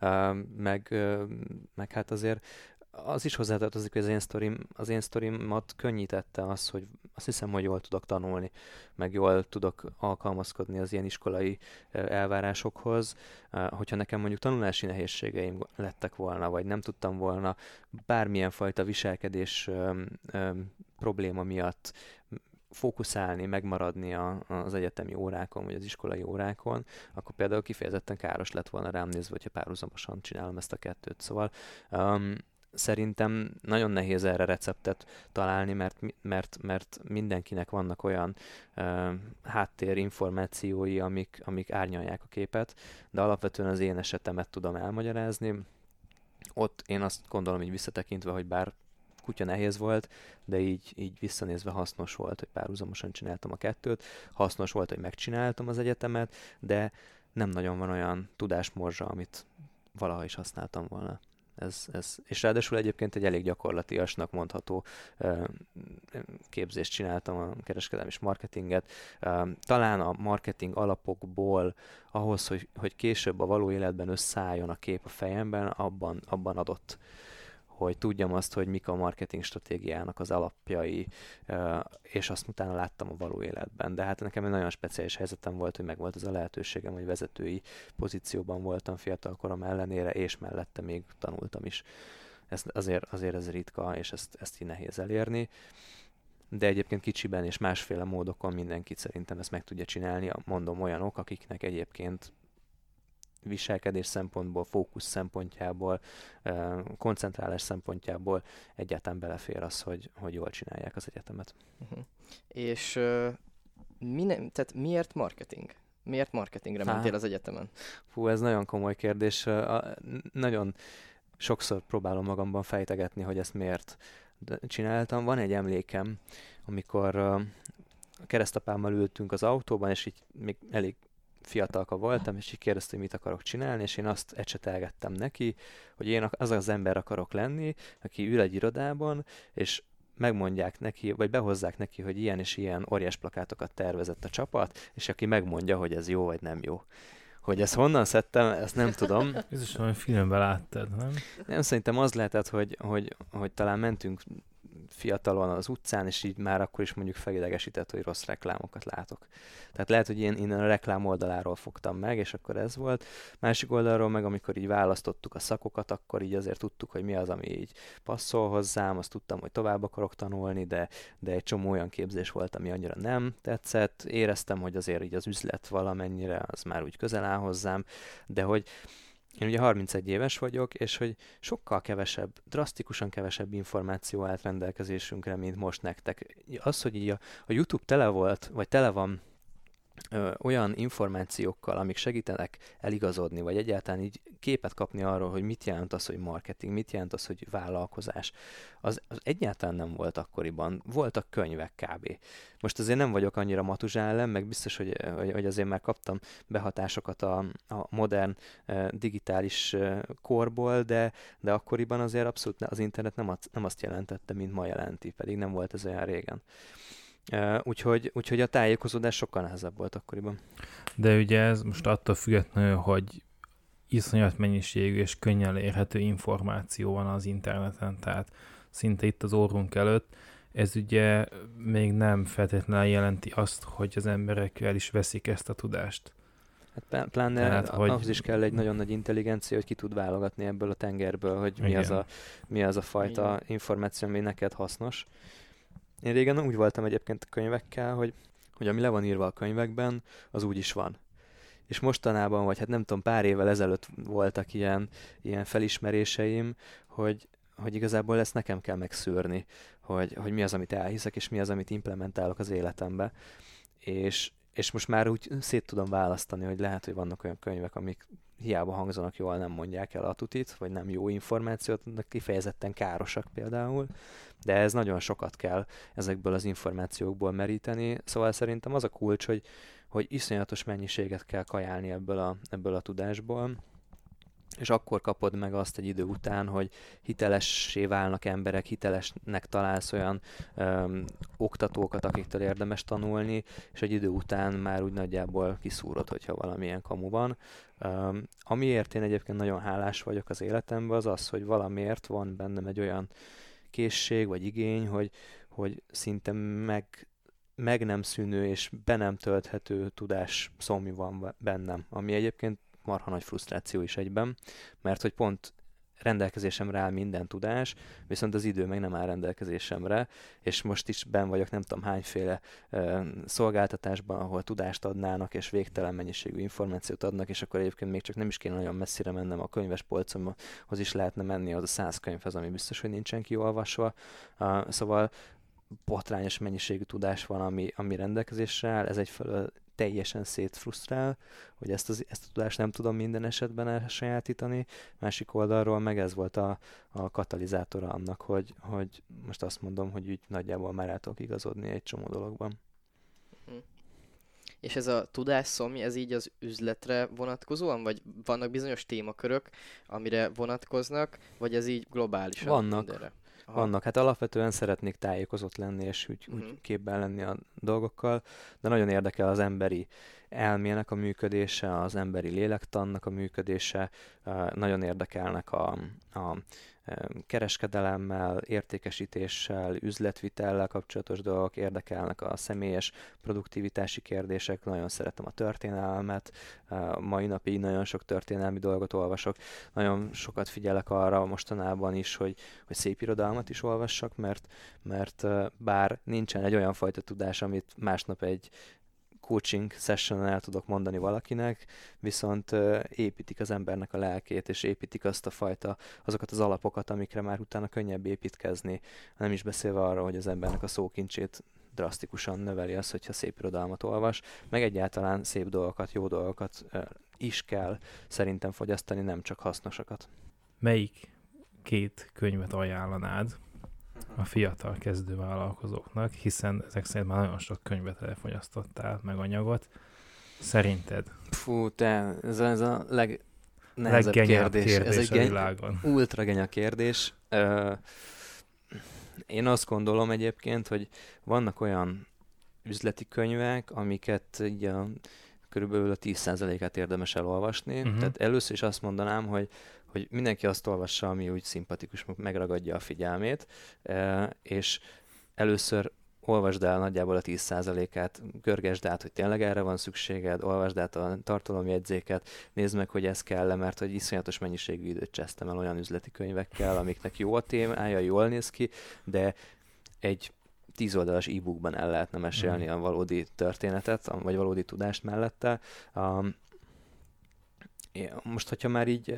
meg hát azért az is hozzátartozik, hogy az én sztorimat könnyítette az, hogy azt hiszem, hogy jól tudok tanulni, meg jól tudok alkalmazkodni az ilyen iskolai elvárásokhoz. Hogyha nekem mondjuk tanulási nehézségeim lettek volna, vagy nem tudtam volna bármilyen fajta viselkedés probléma miatt fókuszálni, megmaradni az egyetemi órákon, vagy az iskolai órákon, akkor például kifejezetten káros lett volna rám nézve, hogyha párhuzamosan csinálom ezt a kettőt. Szóval szerintem nagyon nehéz erre receptet találni, mert mindenkinek vannak olyan háttérinformációi, amik árnyalják a képet, de alapvetően az én esetemet tudom elmagyarázni. Ott én azt gondolom, így visszatekintve, hogy bár kutya nehéz volt, de így visszanézve hasznos volt, hogy párhuzamosan csináltam a kettőt, hasznos volt, hogy megcsináltam az egyetemet, de nem nagyon van olyan tudásmorzsa, amit valaha is használtam volna. És ráadásul egyébként egy elég gyakorlatiasnak mondható képzést csináltam, a kereskedelmi és marketinget. Talán a marketing alapokból ahhoz, hogy később a való életben összeálljon a kép a fejemben, abban adott, hogy tudjam azt, hogy mik a marketing stratégiának az alapjai, és azt utána láttam a való életben. De hát nekem egy nagyon speciális helyzetem volt, hogy megvolt az a lehetőségem, hogy vezetői pozícióban voltam fiatalkorom ellenére, és mellette még tanultam is. Azért ez ritka, és ezt így nehéz elérni. De egyébként kicsiben és másféle módokon mindenkit szerintem ezt meg tudja csinálni. Mondom, olyanok, akiknek egyébként viselkedés szempontból, fókusz szempontjából, koncentrálás szempontjából egyáltalán belefér az, hogy jól csinálják az egyetemet. És tehát miért marketing? Miért marketingre mentél az egyetemen? Fú, ez nagyon komoly kérdés. Nagyon sokszor próbálom magamban fejtegetni, hogy ezt miért csináltam. Van egy emlékem, amikor a keresztapámmal ültünk az autóban, és így még elég fiatalka voltam, és így kérdezte, hogy mit akarok csinálni, és én azt ecsetelgettem neki, hogy én az ember akarok lenni, aki ül egy irodában, és megmondják neki, vagy behozzák neki, hogy ilyen és ilyen óriás plakátokat tervezett a csapat, és aki megmondja, hogy ez jó vagy nem jó. Hogy ezt honnan szedtem, ezt nem tudom. Biztos, hogy filmben láttad, nem? Nem, szerintem az lehetett, hogy talán mentünk fiatalon az utcán, és így már akkor is mondjuk felidegesített, hogy rossz reklámokat látok. Tehát lehet, hogy én innen a reklám oldaláról fogtam meg, és akkor ez volt. Másik oldalról meg, amikor így választottuk a szakokat, akkor így azért tudtuk, hogy mi az, ami így passzol hozzám, azt tudtam, hogy tovább akarok tanulni, de egy csomó olyan képzés volt, ami annyira nem tetszett. Éreztem, hogy azért így az üzlet valamennyire, az már úgy közel áll hozzám, de hogy én ugye 31 éves vagyok, és hogy sokkal kevesebb, drasztikusan kevesebb információ állt rendelkezésünkre, mint most nektek. Az, hogy így a YouTube tele volt, vagy tele van olyan információkkal, amik segítenek eligazodni, vagy egyáltalán így képet kapni arról, hogy mit jelent az, hogy marketing, mit jelent az, hogy vállalkozás. Az egyáltalán nem volt akkoriban. Voltak könyvek kb. Most azért nem vagyok annyira matuzsálem, meg biztos, hogy azért már kaptam behatásokat a modern digitális korból, de akkoriban azért abszolút az internet nem azt jelentette, mint ma jelenti, pedig nem volt ez olyan régen. Úgyhogy a tájékozódás sokkal nehezebb volt akkoriban. De ugye ez most attól függetlenül, hogy iszonyat mennyiségű és könnyen érhető információ van az interneten, tehát szinte itt az orrunk előtt, ez ugye még nem feltétlenül jelenti azt, hogy az emberek el is veszik ezt a tudást. Hát pláne Tehát, ahhoz is kell egy nagyon nagy intelligencia, hogy ki tud válogatni ebből a tengerből, hogy mi az a fajta információ, ami neked hasznos. Én régen úgy voltam egyébként a könyvekkel, hogy ami le van írva a könyvekben, az úgy is van. És mostanában, vagy hát nem tudom, pár évvel ezelőtt voltak ilyen felismeréseim, hogy igazából ezt nekem kell megszűrni, hogy mi az, amit elhiszek, és mi az, amit implementálok az életembe. És most már úgy szét tudom választani, hogy lehet, hogy vannak olyan könyvek, amik hiába hangzanak jól, nem mondják el a tutit, vagy nem jó információt, de kifejezetten károsak például, de ez nagyon sokat kell ezekből az információkból meríteni, szóval szerintem az a kulcs, hogy iszonyatos mennyiséget kell kajálni ebből a tudásból, és akkor kapod meg azt egy idő után, hogy hitelessé válnak emberek, hitelesnek találsz olyan oktatókat, akiktől érdemes tanulni, és egy idő után már úgy nagyjából kiszúrod, hogyha valamilyen kamu van. Amiért én egyébként nagyon hálás vagyok az életemben, az az, hogy valamiért van bennem egy olyan készség vagy igény, hogy szinte meg nem szűnő és be nem tölthető tudás szomj van bennem, ami egyébként marha nagy frusztráció is egyben, mert hogy pont rendelkezésemre áll minden tudás, viszont az idő meg nem áll rendelkezésemre, és most is benn vagyok nem tudom hányféle szolgáltatásban, ahol tudást adnának, és végtelen mennyiségű információt adnak, és akkor egyébként még csak nem is kéne nagyon messzire mennem a könyves polcomhoz is lehetne menni az a 100 könyvhez, ami biztos, hogy nincsen kiolvasva. Szóval botrányos mennyiségű tudás van, ami rendelkezésre áll, ez egyfelől teljesen szétfrusztrál, hogy ezt a tudást nem tudom minden esetben elsajátítani. Másik oldalról meg ez volt a katalizátora annak, hogy most azt mondom, hogy úgy nagyjából már el tudok igazodni egy csomó dologban. És ez a tudásszomj, ez így az üzletre vonatkozóan, vagy vannak bizonyos témakörök, amire vonatkoznak, vagy ez így globálisan vannak. mindenre? Aha. Vannak, hát alapvetően szeretnék tájékozott lenni, és úgy képben lenni a dolgokkal, de nagyon érdekel az emberi elmének a működése, az emberi lélektannak a működése, nagyon érdekelnek a kereskedelemmel, értékesítéssel, üzletvitellel kapcsolatos dolgok, érdekelnek a személyes produktivitási kérdések, nagyon szeretem a történelmet, mai napig nagyon sok történelmi dolgot olvasok, nagyon sokat figyelek arra mostanában is, hogy szép irodalmat is olvassak, mert bár nincsen egy olyan fajta tudás, amit másnap egy coaching sessionen el tudok mondani valakinek, viszont építik az embernek a lelkét, és építik azokat az alapokat, amikre már utána könnyebb építkezni. Nem is beszélve arra, hogy az embernek a szókincsét drasztikusan növeli az, hogyha szép irodalmat olvas, meg egyáltalán szép dolgokat, jó dolgokat is kell szerintem fogyasztani, nem csak hasznosakat. Melyik 2 könyvet ajánlanád a fiatal kezdővállalkozóknak, hiszen ezek szerint már nagyon sok könyvet elfogyasztottál, meg anyagot. Szerinted? Fú, ez a legnehezebb kérdés. Ez egy ultra genya kérdés. Én azt gondolom egyébként, hogy vannak olyan üzleti könyvek, amiket így körülbelül a 10%-át érdemes elolvasni. Tehát először is azt mondanám, hogy mindenki azt olvassa, ami úgy szimpatikus, megragadja a figyelmét, és először olvasd el nagyjából a 10%-át, görgesd át, hogy tényleg erre van szükséged, olvasd át a tartalomjegyzéket, nézd meg, hogy ez kell, mert hogy iszonyatos mennyiségű időt csesztem el olyan üzleti könyvekkel, amiknek jó a témája, jól néz ki, de egy 10 oldalas e-bookban el lehetne mesélni a valódi történetet, vagy valódi tudást mellette. Most, hogyha már így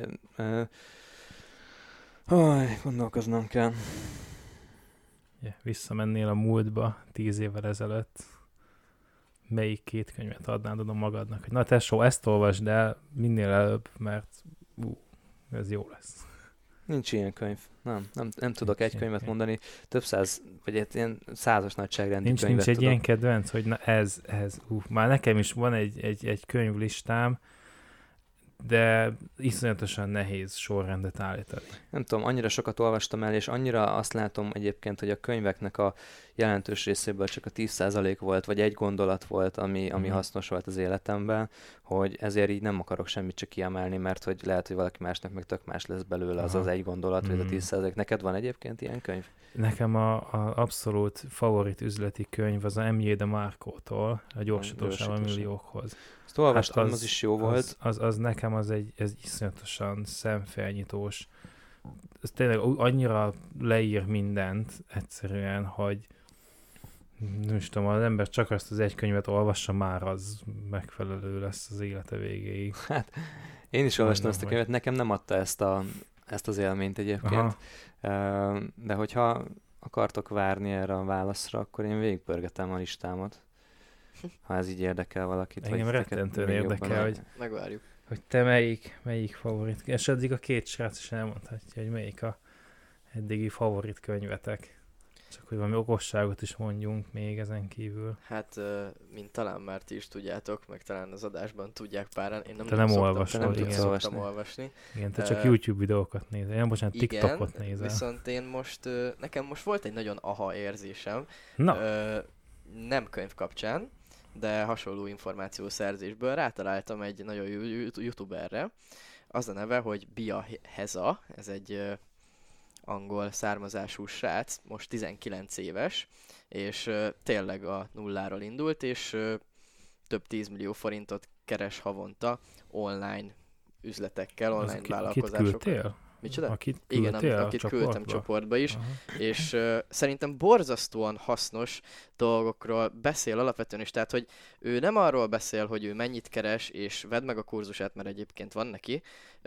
gondolkoznom kell. Visszamennél a múltba 10 évvel ezelőtt, melyik 2 könyvet adnád oda magadnak? Hogy na tesó, ezt olvasd el minél előbb, mert ez jó lesz. Nincs ilyen könyv. Nem tudok egy könyvet mondani. Több száz, vagy ilyen 100-as nagyságrendű könyvet nincs egy tudok. ilyen kedvenc, hogy na ez már nekem is van egy könyvlistám, de iszonyatosan nehéz sorrendet állítani. Nem tudom, annyira sokat olvastam el, és annyira azt látom egyébként, hogy a könyveknek a jelentős részéből csak a 10% volt, vagy egy gondolat volt, ami hasznos volt az életemben, hogy ezért így nem akarok semmit csak kiemelni, mert hogy lehet, hogy valaki másnak meg tök más lesz belőle az az egy gondolat, vagy a 10%. Neked van egyébként ilyen könyv? Nekem a abszolút favorit üzleti könyv az a M.J. DeMarco-tól, a Gyorsítósával milliókhoz. Ezt olvastam, az is jó volt. Az nekem az egy iszonyatosan szemfelnyitós. Ez tényleg annyira leír mindent egyszerűen, hogy nem is tudom, az ember csak azt az egy könyvet olvassa, már az megfelelő lesz az élete végéig. Hát, én is olvastam ezt a könyvet, nekem nem adta ezt az élményt egyébként. De hogyha akartok várni erre a válaszra, akkor én végigpörgetem a listámat. Ha ez így érdekel valakit. Engem rettentően érdekel, hogy megvárjuk. Hogy te melyik favorit, és eddig a két srác is elmondhatja, hogy melyik a eddigi favorit könyvetek. Csak hogy valami okosságot is mondjunk még ezen kívül. Hát, mint talán már ti is tudjátok, meg talán az adásban tudják páran, én nem szoktam olvasni. Igen, te csak YouTube videókat nézel. Én bocsánat, TikTokot nézel. Viszont én nekem most volt egy nagyon aha érzésem. Na. Nem könyv kapcsán, de hasonló információszerzésből rátaláltam egy nagyon jó youtuberre. Az a neve, hogy Bia Heza, ez egy angol származású srác, most 19 éves, és tényleg a nulláról indult, és több 10 millió forintot keres havonta online üzletekkel, online vállalkozásokkal. Micsoda? Akit küldtem csoportba is, és szerintem borzasztóan hasznos dolgokról beszél alapvetően is, tehát hogy ő nem arról beszél, hogy ő mennyit keres, és vedd meg a kurzusát, mert egyébként van neki,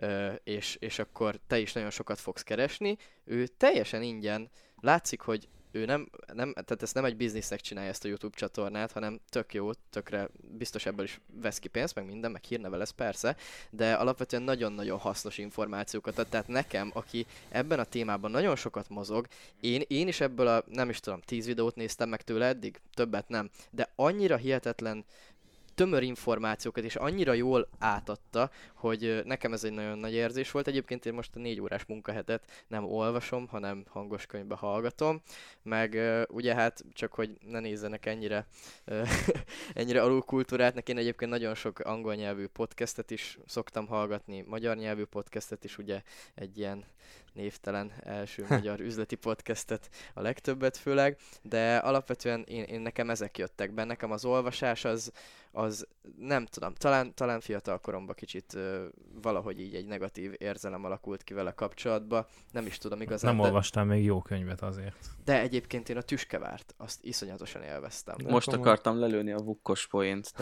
és akkor te is nagyon sokat fogsz keresni, ő teljesen ingyen, látszik, hogy ő nem, tehát ezt nem egy biznisznek csinálja ezt a YouTube csatornát, hanem tök jó, tökre biztos ebből is vesz ki pénzt, meg minden, meg hírneve lesz persze, de alapvetően nagyon-nagyon hasznos információkat ad. Tehát nekem, aki ebben a témában nagyon sokat mozog, én is ebből a, nem is tudom, 10 videót néztem meg tőle eddig, többet nem, de annyira hihetetlen tömör információkat, és annyira jól átadta, hogy nekem ez egy nagyon nagy érzés volt. Egyébként én most a 4 órás munkahetet nem olvasom, hanem hangos könyvbe hallgatom, meg ugye hát csak, hogy ne nézzenek ennyire, ennyire alulkultúrátnak, én egyébként nagyon sok angol nyelvű podcastet is szoktam hallgatni, magyar nyelvű podcastet is, ugye egy ilyen névtelen első magyar üzleti podcastet, a legtöbbet főleg, de alapvetően én nekem ezek jöttek be. Nekem az olvasás az nem tudom, talán fiatal koromban kicsit valahogy így egy negatív érzelem alakult ki vele kapcsolatba. Nem is tudom igazán. Nem olvastál még jó könyvet azért. De egyébként én a Tüskevárt, azt iszonyatosan élveztem. Most akartam lelőni a vukkos poént.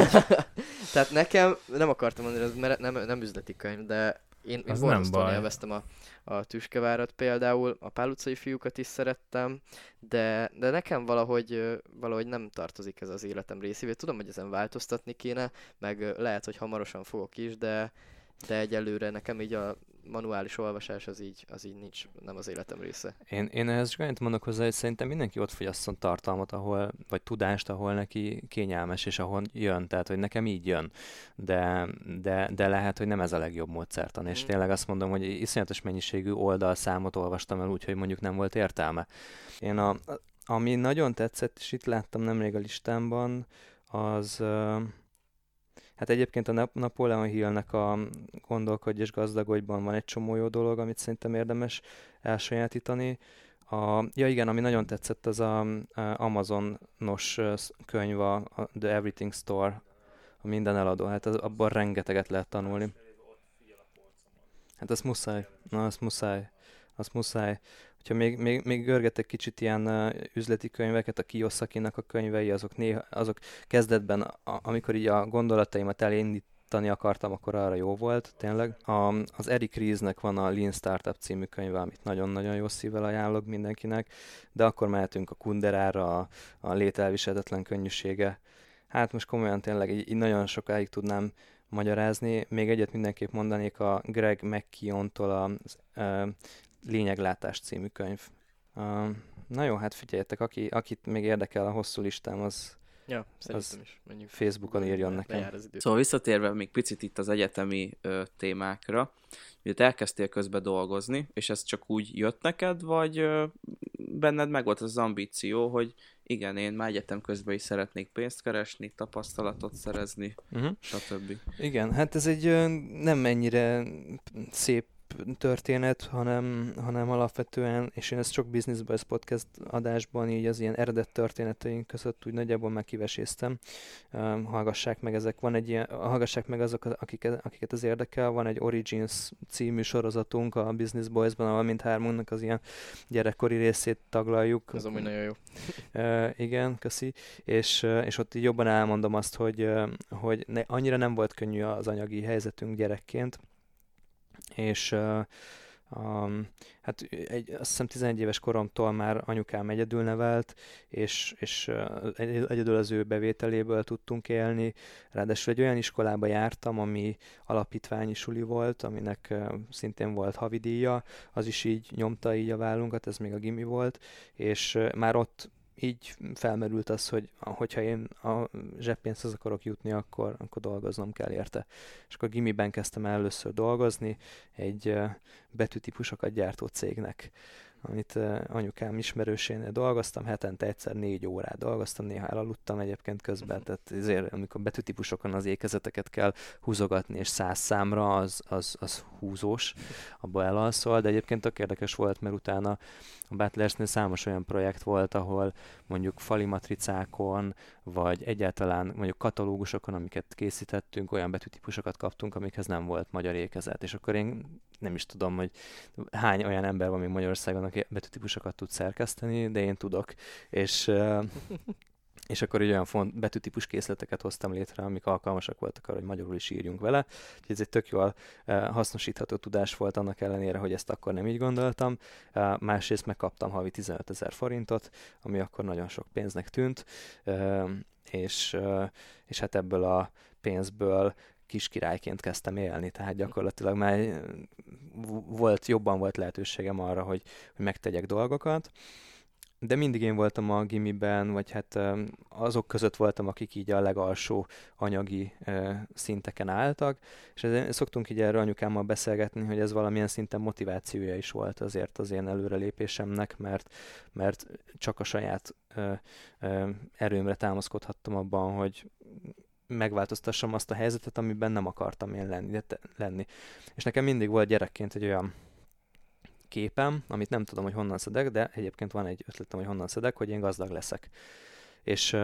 Tehát nekem, nem akartam mondani, mert nem üzleti könyv, de én borzasztóan élveztem a Tüskevárat például, a Pál utcai fiúkat is szerettem, de nekem valahogy nem tartozik ez az életem részévé. Tudom, hogy ezen változtatni kéne, meg lehet, hogy hamarosan fogok is, de egyelőre nekem így a manuális olvasás az így nincs, nem az életem része. Én ehhez csak annyit mondok hozzá, hogy szerintem mindenki ott fogyasszon tartalmat, vagy tudást, ahol neki kényelmes, és ahol jön, tehát hogy nekem így jön. De lehet, hogy nem ez a legjobb módszertan, és tényleg azt mondom, hogy iszonyatos mennyiségű oldalszámot olvastam el úgy, hogy mondjuk nem volt értelme. Ami nagyon tetszett, és itt láttam nemrég a listámban, az... Hát egyébként a Napoleon Hillnek a Gondolkodj és gazdagodjban van egy csomó jó dolog, amit szerintem érdemes elsajátítani. Ja igen, ami nagyon tetszett, az a Amazonos könyv, a The Everything Store, a minden eladó. Hát abban rengeteget lehet tanulni. Hát az muszáj. Na, az muszáj. Ha még görgetek kicsit ilyen üzleti könyveket, a Kiyosakinak a könyvei, azok kezdetben, amikor így a gondolataimat elindítani akartam, akkor arra jó volt, tényleg. Az Eric Riesnek van a Lean Startup című könyve, amit nagyon-nagyon jó szívvel ajánlok mindenkinek, de akkor mehetünk a Kunderára, a Lét elviselhetetlen könnyűsége. Hát most komolyan tényleg így nagyon sokáig tudnám magyarázni. Még egyet mindenképp mondanék a Greg McKeown-tól a Lényeglátás című könyv. Na jó, hát figyeljetek, akit még érdekel a hosszú listám, az Ja, szerintem is. Menjünk. Facebookon írjon nekem. Lejár az idő. Szóval visszatérve még picit itt az egyetemi témákra, ugye te elkezdtél közben dolgozni, és ez csak úgy jött neked, vagy benned meg volt az ambíció, hogy igen, én már egyetem közben is szeretnék pénzt keresni, tapasztalatot szerezni, stb. Igen, hát ez egy nem ennyire szép történet, hanem alapvetően, és én ezt sok Business Boys podcast adásban így az ilyen eredet történeteink között úgy nagyjából már kiveséztem. Hallgassák meg hallgassák meg azok, akiket az érdekel. Van egy Origins című sorozatunk a Business Boys-ban, ahol mindhármunknak az ilyen gyerekkori részét taglaljuk. Ez amúgy nagyon jó. Igen, köszi. És ott így jobban elmondom azt, hogy annyira nem volt könnyű az anyagi helyzetünk gyerekként, és hát azt hiszem 11 éves koromtól már anyukám egyedül nevelt, és egyedül az ő bevételéből tudtunk élni. Ráadásul egy olyan iskolába jártam, ami alapítványi suli volt, aminek szintén volt havidíja, az is így nyomta így a vállunkat, ez még a gimi volt, és már ott így felmerült az, hogy hogyha én a zseppénzhez akarok jutni, akkor dolgoznom kell érte. És akkor gimiben kezdtem el először dolgozni egy betűtípusokat gyártó cégnek, amit anyukám ismerősénél dolgoztam, hetente egyszer 4 órát dolgoztam, néha elaludtam egyébként közben, tehát ezért, amikor betűtípusokon az ékezeteket kell húzogatni, és 100 számra, az húzós, abba elalszol, de egyébként tök érdekes volt, mert utána a Butlersnél számos olyan projekt volt, ahol mondjuk fali matricákon, vagy egyáltalán mondjuk katalógusokon, amiket készítettünk, olyan betűtípusokat kaptunk, amikhez nem volt magyar ékezet. És akkor én nem is tudom, hogy hány olyan ember van még Magyarországon, aki betűtípusokat tud szerkeszteni, de én tudok. És akkor egy olyan betűtípus készleteket hoztam létre, amik alkalmasak voltak arra, hogy magyarul is írjunk vele. Úgyhogy ez egy tök jól hasznosítható tudás volt annak ellenére, hogy ezt akkor nem így gondoltam. Másrészt megkaptam havi 15 000 forintot, ami akkor nagyon sok pénznek tűnt, és hát ebből a pénzből kis királyként kezdtem élni, tehát gyakorlatilag már jobban volt lehetőségem arra, hogy megtegyek dolgokat. De mindig én voltam a gimiben, vagy hát azok között voltam, akik így a legalsó anyagi szinteken álltak, és szoktunk így erről anyukámmal beszélgetni, hogy ez valamilyen szinten motivációja is volt azért az én előrelépésemnek, mert csak a saját erőmre támaszkodhattam abban, hogy megváltoztassam azt a helyzetet, amiben nem akartam én lenni. És nekem mindig volt gyerekként egy olyan képem, amit nem tudom, hogy honnan szedek, de egyébként van egy ötletem, hogy honnan szedek, hogy én gazdag leszek. És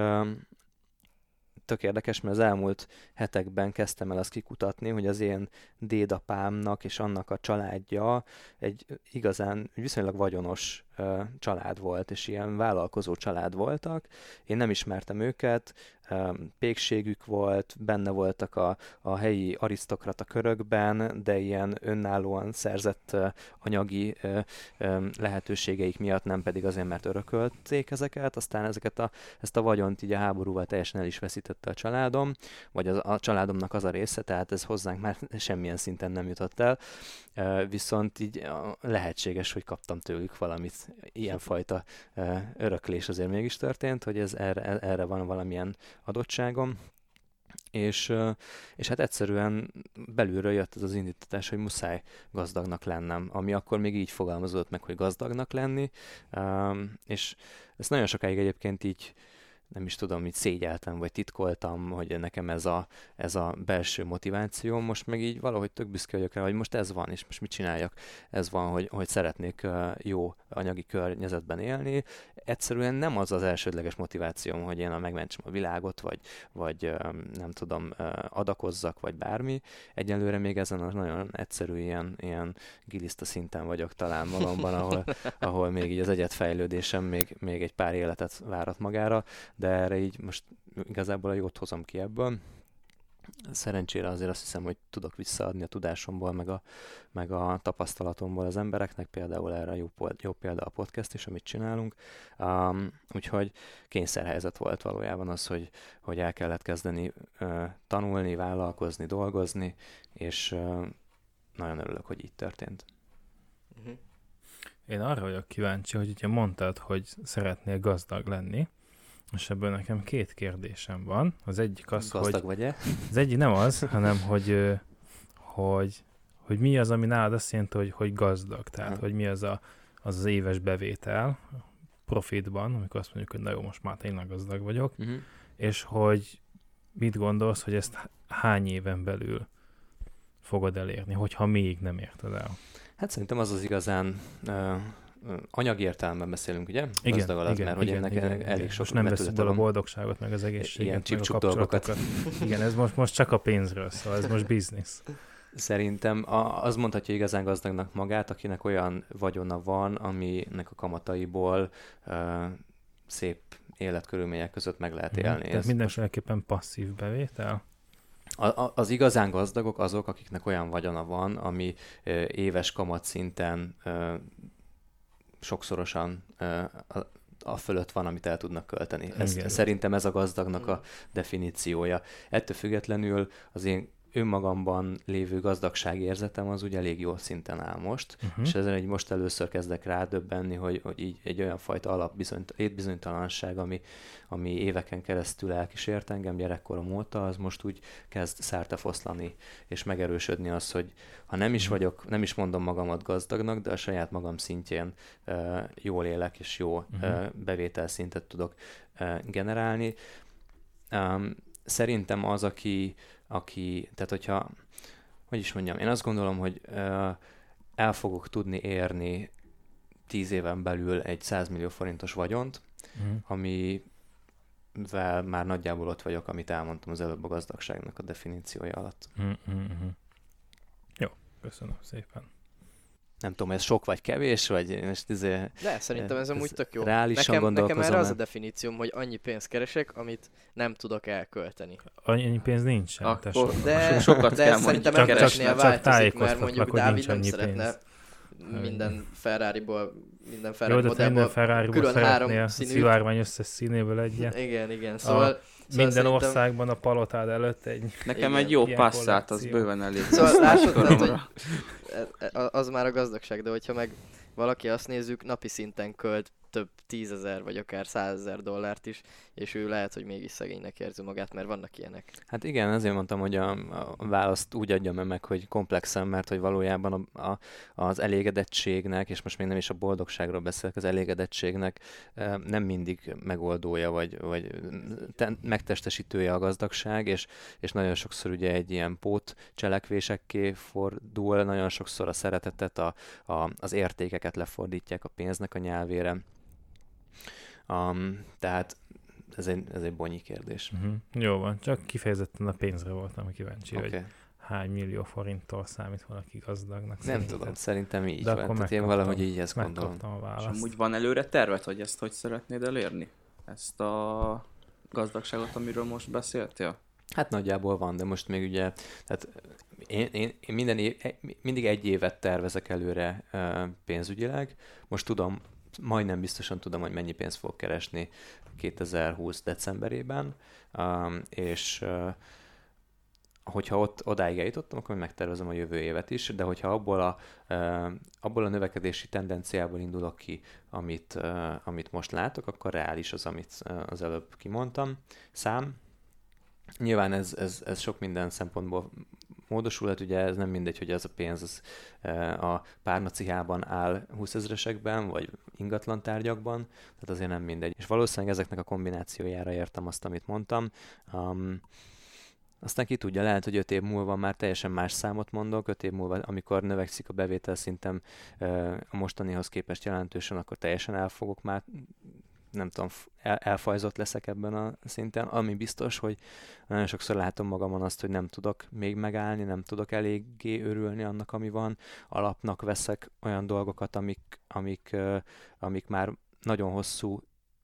tök érdekes, mert az elmúlt hetekben kezdtem el azt kikutatni, hogy az én dédapámnak és annak a családja egy igazán viszonylag vagyonos család volt, és ilyen vállalkozó család voltak. Én nem ismertem őket, pékségük volt, benne voltak a helyi arisztokrata körökben, de ilyen önállóan szerzett anyagi lehetőségeik miatt, nem pedig azért, mert örökölték ezeket. Aztán ezt a vagyont így a háborúval teljesen el is veszítette a családom, vagy a családomnak az a része, tehát ez hozzánk már semmilyen szinten nem jutott el. Viszont így lehetséges, hogy kaptam tőlük valamit, ilyenfajta öröklés azért mégis történt, hogy erre van valamilyen adottságom, és hát egyszerűen belülről jött ez az indítatás, hogy muszáj gazdagnak lennem, ami akkor még így fogalmazódott meg, hogy gazdagnak lenni, és ezt nagyon sokáig egyébként így nem is tudom, így szégyeltem, vagy titkoltam, hogy nekem ez a belső motiváció, most meg így valahogy tök büszke vagyok rá, hogy most ez van, és most mit csináljak? Ez van, hogy szeretnék jó anyagi környezetben élni. Egyszerűen nem az az elsődleges motivációm, hogy én megmentsem a világot, vagy nem tudom, adakozzak, vagy bármi. Egyelőre még ezen a nagyon egyszerű ilyen giliszta szinten vagyok talán magamban, ahol még így az egyetfejlődésem még egy pár életet várat magára, de erre így most igazából a jót hozom ki ebből. Szerencsére azért azt hiszem, hogy tudok visszaadni a tudásomból, meg a tapasztalatomból az embereknek, például erre jó példa a podcast is, amit csinálunk. Úgyhogy kényszerhelyzet volt valójában az, hogy el kellett kezdeni tanulni, vállalkozni, dolgozni, és nagyon örülök, hogy így történt. Én arra vagyok kíváncsi, hogy ugye mondtad, hogy szeretnél gazdag lenni, És ebből nekem 2 kérdésem van. Az egyik az, Gazdag vagy-e? Az egyik nem az, hanem hogy mi az, ami nálad azt jelenti, hogy gazdag. Tehát, hogy mi az éves bevétel profitban, amikor azt mondjuk, hogy na jó, most már tényleg gazdag vagyok, és hogy mit gondolsz, hogy ezt hány éven belül fogod elérni, hogyha még nem érted el? Hát szerintem az igazán anyagi értelemben beszélünk, ugye? Igen, gazdag alatt, mert hogy ennek elég sok most nem veszünk vetülete a van. boldogságot, meg az egészséget, Ilyen meg a kapcsolatokat. Igen, ez most csak a pénzről szól, ez most biznisz. Szerintem az mondhatja igazán gazdagnak magát, akinek olyan vagyona van, aminek a kamataiból szép életkörülmények között meg lehet élni. Tehát mindenféleképpen passzív bevétel? Az igazán gazdagok azok, akiknek olyan vagyona van, ami éves kamatszinten sokszorosan a fölött van, amit el tudnak költeni. Szerintem ez a gazdagnak a definíciója. Ettől függetlenül az én önmagamban lévő gazdagságérzetem az ugye elég jó szinten áll most, és ezen egy most először kezdek rádöbbenni, hogy így egy olyan fajta létbizonytalanság, ami éveken keresztül elkísért engem gyerekkorom óta, az most úgy kezd szártefoszlani, és megerősödni az, hogy ha nem is vagyok, nem is mondom magamat gazdagnak, de a saját magam szintjén jól élek, és jó bevételszintet tudok generálni. Szerintem az, aki tehát hogyha, hogy is mondjam, én azt gondolom, hogy el fogok tudni érni 10 éven belül egy 100 millió forintos vagyont, amivel már nagyjából ott vagyok, amit elmondtam az előbb a gazdagságnak a definíciója alatt. Jó, köszönöm szépen. Nem tudom, ez sok vagy kevés, vagy most De szerintem ez amúgy tök jó. Nekem erre az a definícióm, hogy annyi pénzt keresek, amit nem tudok elkölteni. Annyi pénz nincsen. De sokat kell szerintem mondjuk elkeresnél változik, mert mondjuk hogy Dávid nem pénz. szeretne minden Ferrari-ból, minden Jó, de minden Ferrari-ból szeretnél szivárvány összes színéből egyet. Igen. Szóval minden országban a palotád előtt egy... Nekem egy jó passzát, az bőven elég. Szóval látod, hogy az már a gazdagság, de hogyha meg valaki azt nézzük, napi szinten költ több 10 000 vagy akár 100 000 dollárt is, és ő lehet, hogy mégis szegénynek érzi magát, mert vannak ilyenek. Hát igen, azért mondtam, hogy a választ úgy adjam meg, hogy komplexen, mert hogy valójában az elégedettségnek, és most még nem is a boldogságról beszélek, az elégedettségnek nem mindig megoldója, vagy megtestesítője a gazdagság, és nagyon sokszor ugye egy ilyen pót cselekvésekké fordul, nagyon sokszor a szeretetet, az értékeket lefordítják a pénznek a nyelvére. Tehát ez egy bonyi kérdés. Jó van, csak kifejezetten a pénzre voltam kíváncsi, Okay. hogy hány millió forinttól számít valaki gazdagnak. Nem tudom, szerintem így de van. Tehát én valahogy így ezt gondolom. Megkaptam a választ. És amúgy van előre terved, hogy ezt hogy szeretnéd elérni? Ezt a gazdagságot, amiről most beszéltél? Hát nagyjából van, de most még ugye, tehát én mindig egy évet tervezek előre pénzügyileg. Most tudom, majdnem biztosan tudom, hogy mennyi pénzt fogok keresni 2020 decemberében, és hogyha odáig eljutottam, akkor megtervezem a jövő évet is, de hogyha abból a növekedési tendenciából indulok ki, amit most látok, akkor reális az, amit az előbb kimondtam. Nyilván ez sok minden szempontból módosulhat, ugye ez nem mindegy, hogy az a pénz az a párnacihában áll 20 000-esekben, vagy ingatlan tárgyakban, tehát azért nem mindegy. És valószínűleg ezeknek a kombinációjára értem azt, amit mondtam. Aztán ki tudja, lehet, hogy 5 év múlva már teljesen más számot mondok, 5 év múlva, amikor növekszik a bevétel szintem a mostanihoz képest jelentősen, akkor teljesen el fogok már, nem tudom, elfajzott leszek ebben a szinten, ami biztos, hogy nagyon sokszor látom magamon azt, hogy nem tudok még megállni, nem tudok eléggé örülni annak, ami van, alapnak veszek olyan dolgokat, amik már nagyon hosszú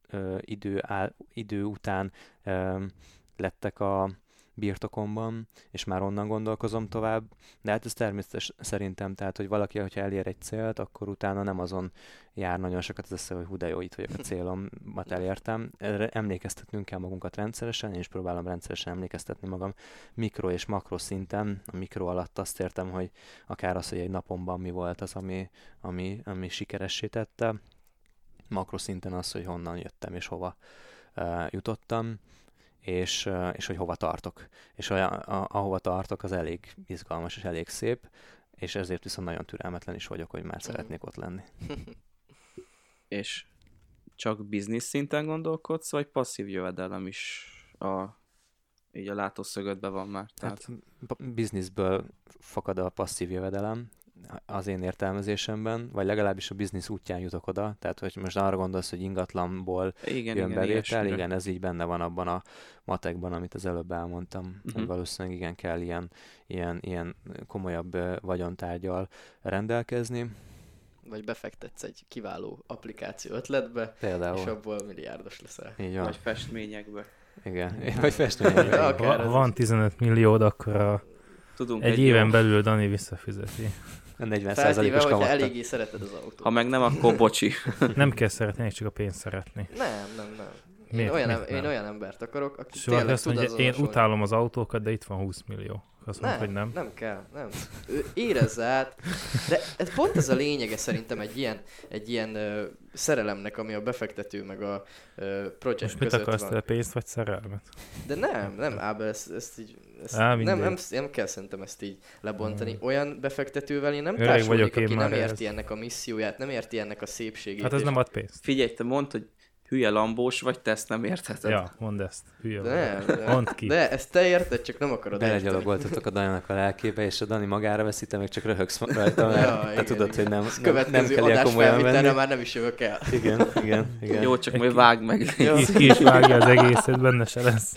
idő után lettek a birtokomban, és már onnan gondolkozom tovább, de hát ez természetes szerintem, tehát, hogy valaki, hogyha elér egy célt, akkor utána nem azon jár nagyon sokat az esze, hogy hú de jó, itt vagyok a célomat elértem. Erre emlékeztetnünk kell magunkat rendszeresen, én is próbálom rendszeresen emlékeztetni magam mikro és makro szinten. A mikro alatt azt értem, hogy akár az, hogy egy napomban mi volt az, ami sikeressé tette. Makro szinten az, hogy honnan jöttem és hova jutottam, és hogy hova tartok. És ahova tartok, az elég izgalmas és elég szép, és ezért viszont nagyon türelmetlen is vagyok, hogy már szeretnék ott lenni. És csak biznisz szinten gondolkodsz, vagy passzív jövedelem is így a látószögödben van már? Tehát bizniszből fakad a passzív jövedelem az én értelmezésemben, vagy legalábbis a biznisz útján jutok oda, tehát hogy most arra gondolsz, hogy ingatlanból jön bevétel, igen, ez így benne van abban a matekban, amit az előbb elmondtam, hogy valószínűleg igen kell ilyen komolyabb vagyontárgyal rendelkezni. Vagy befektetsz egy kiváló applikáció ötletbe, például. És abból milliárdos leszel. Így van. Vagy festményekbe. Igen, vagy festményekbe. Ha van 15 milliód, akkor egy éven belül Dani visszafizeti. 40%-os kamattal. hogyha eléggé szereted az autót. Ha meg nem, akkor bocsi. Nem kell szeretni, csak a pénzt szeretni. Nem. Én olyan embert akarok, aki Soha tényleg azt mondja, tud én utálom az autókat, de itt van 20 millió. Azt mondta, hogy nem. Nem kell, nem. Ő érezze át, de pont ez a lényege szerintem egy ilyen szerelemnek, ami a befektető meg a projekt most között mit akarsz van. te, pénzt vagy szerelmet? De nem, Ábel, ezt így... Nem kell szerintem ezt így lebontani. Olyan befektetővel én nem társulnék, aki nem érti ennek a misszióját, nem érti ennek a szépségét. Hát ez nem ad pénzt. Figyelj, te mondd, hogy hülye lambós vagy, te ezt nem értheted. Ja, mondd ezt. Hülye vagy. Mondd ki. De ezt te érted, csak nem akarod érteni. Belegyalogoltatok a Daninak a lelkébe, és a Dani magára veszi, te meg csak röhögsz rajta, mert te tudod, hogy nem kell ilyen komolyan venni. Már nem is jövök el. Igen. Jó, csak majd vágd meg. Ki is vágja az egészet, benne se lesz.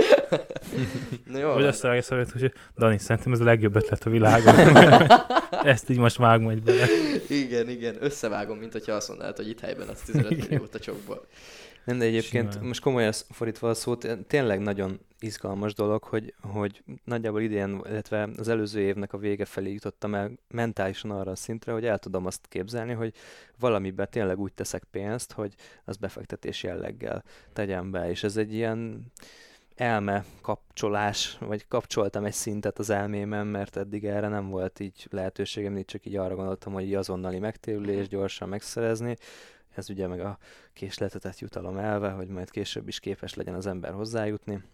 Jó. Vagy azt vágja szóval, hogy Dani, szerintem ez a legjobb ötlet a világon. Ezt így most vág majd bele. Igen. Összevágom, mint hogyha azt mondanád, hogy itt helyben az 15 milliót a csokból. Nem, de egyébként Simán. most komolyan fordítva a szót, tényleg nagyon izgalmas dolog, hogy nagyjából idén, illetve az előző évnek a vége felé jutottam el mentálisan arra a szintre, hogy el tudom azt képzelni, hogy valamiben tényleg úgy teszek pénzt, hogy az befektetés jelleggel tegyen be, és ez egy ilyen elme kapcsolás, vagy kapcsoltam egy szintet az elmémben, mert eddig erre nem volt így lehetőségem, így csak így arra gondoltam, hogy így azonnali megtérülés, gyorsan megszerezni. Ez ugye meg a késletetett jutalom elve, hogy majd később is képes legyen az ember hozzájutni,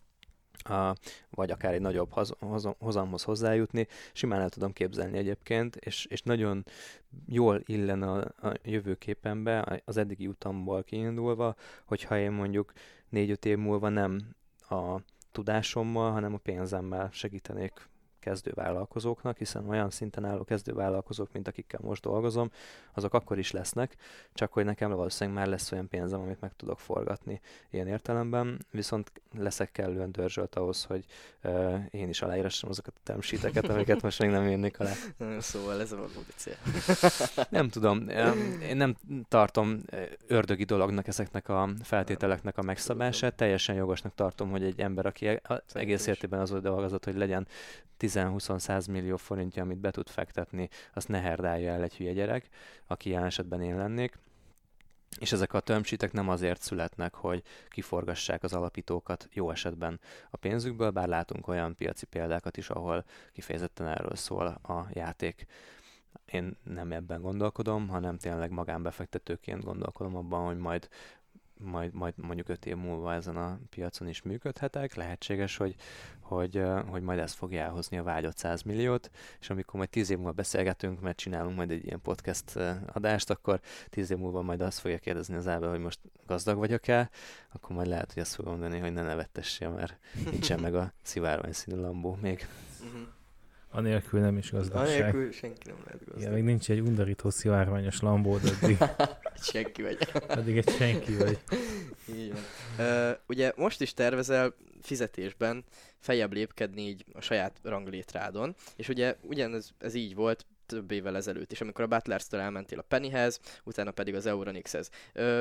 vagy akár egy nagyobb hozamhoz hozzájutni. Simán el tudom képzelni egyébként, és nagyon jól illene a jövőképembe, az eddigi utamból kiindulva, hogyha én mondjuk 4-5 év múlva nem a tudásommal, hanem a pénzemmel segítenék kezdővállalkozóknak, hiszen olyan szinten álló kezdővállalkozók, mint akikkel most dolgozom, azok akkor is lesznek, csak hogy nekem valószínűleg már lesz olyan pénzem, amit meg tudok forgatni ilyen értelemben, viszont leszek kellően dörzsölt ahhoz, hogy én is aláírassam azokat a term sheeteket, amiket most még nem írnék alá. Szóval ez a valódi cél. Nem tudom, én nem tartom ördögi dolognak ezeknek a feltételeknek a megszabását, teljesen jogosnak tartom, hogy egy ember, aki egész életében azon dolgozott, hogy legyen 10-20-100 millió forintja, amit be tud fektetni, azt ne herdálja el egy hülye gyerek, aki ilyen esetben én lennék. És ezek a term sheetek nem azért születnek, hogy kiforgassák az alapítókat jó esetben a pénzükből, bár látunk olyan piaci példákat is, ahol kifejezetten erről szól a játék. Én nem ebben gondolkodom, hanem tényleg magánbefektetőként gondolkodom abban, hogy majd mondjuk 5 év múlva ezen a piacon is működhetek. Lehetséges, hogy majd ez fogja elhozni a vágyott 100 milliót, és amikor majd 10 év múlva beszélgetünk, mert csinálunk majd egy ilyen podcast adást, akkor 10 év múlva majd azt fogja kérdezni az Ábel, hogy most gazdag vagyok-e, akkor majd lehet, hogy azt fogom mondani, hogy ne nevettessél, mert nincsen meg a szivárvány színű Lambó még. Anélkül nem is gazdagság. Anélkül senki nem lehet gazdag. Ja, még nincs egy undorító szivárványos Lambód addig. Senki vagy. Addig egy senki vagy. Így van. Ugye most is tervezel fizetésben feljebb lépkedni így a saját ranglétrádon, és ugye ugyanez ez így volt több évvel ezelőtt is, amikor a Butlers-től elmentél a Pennyhez, utána pedig az Euronicshez.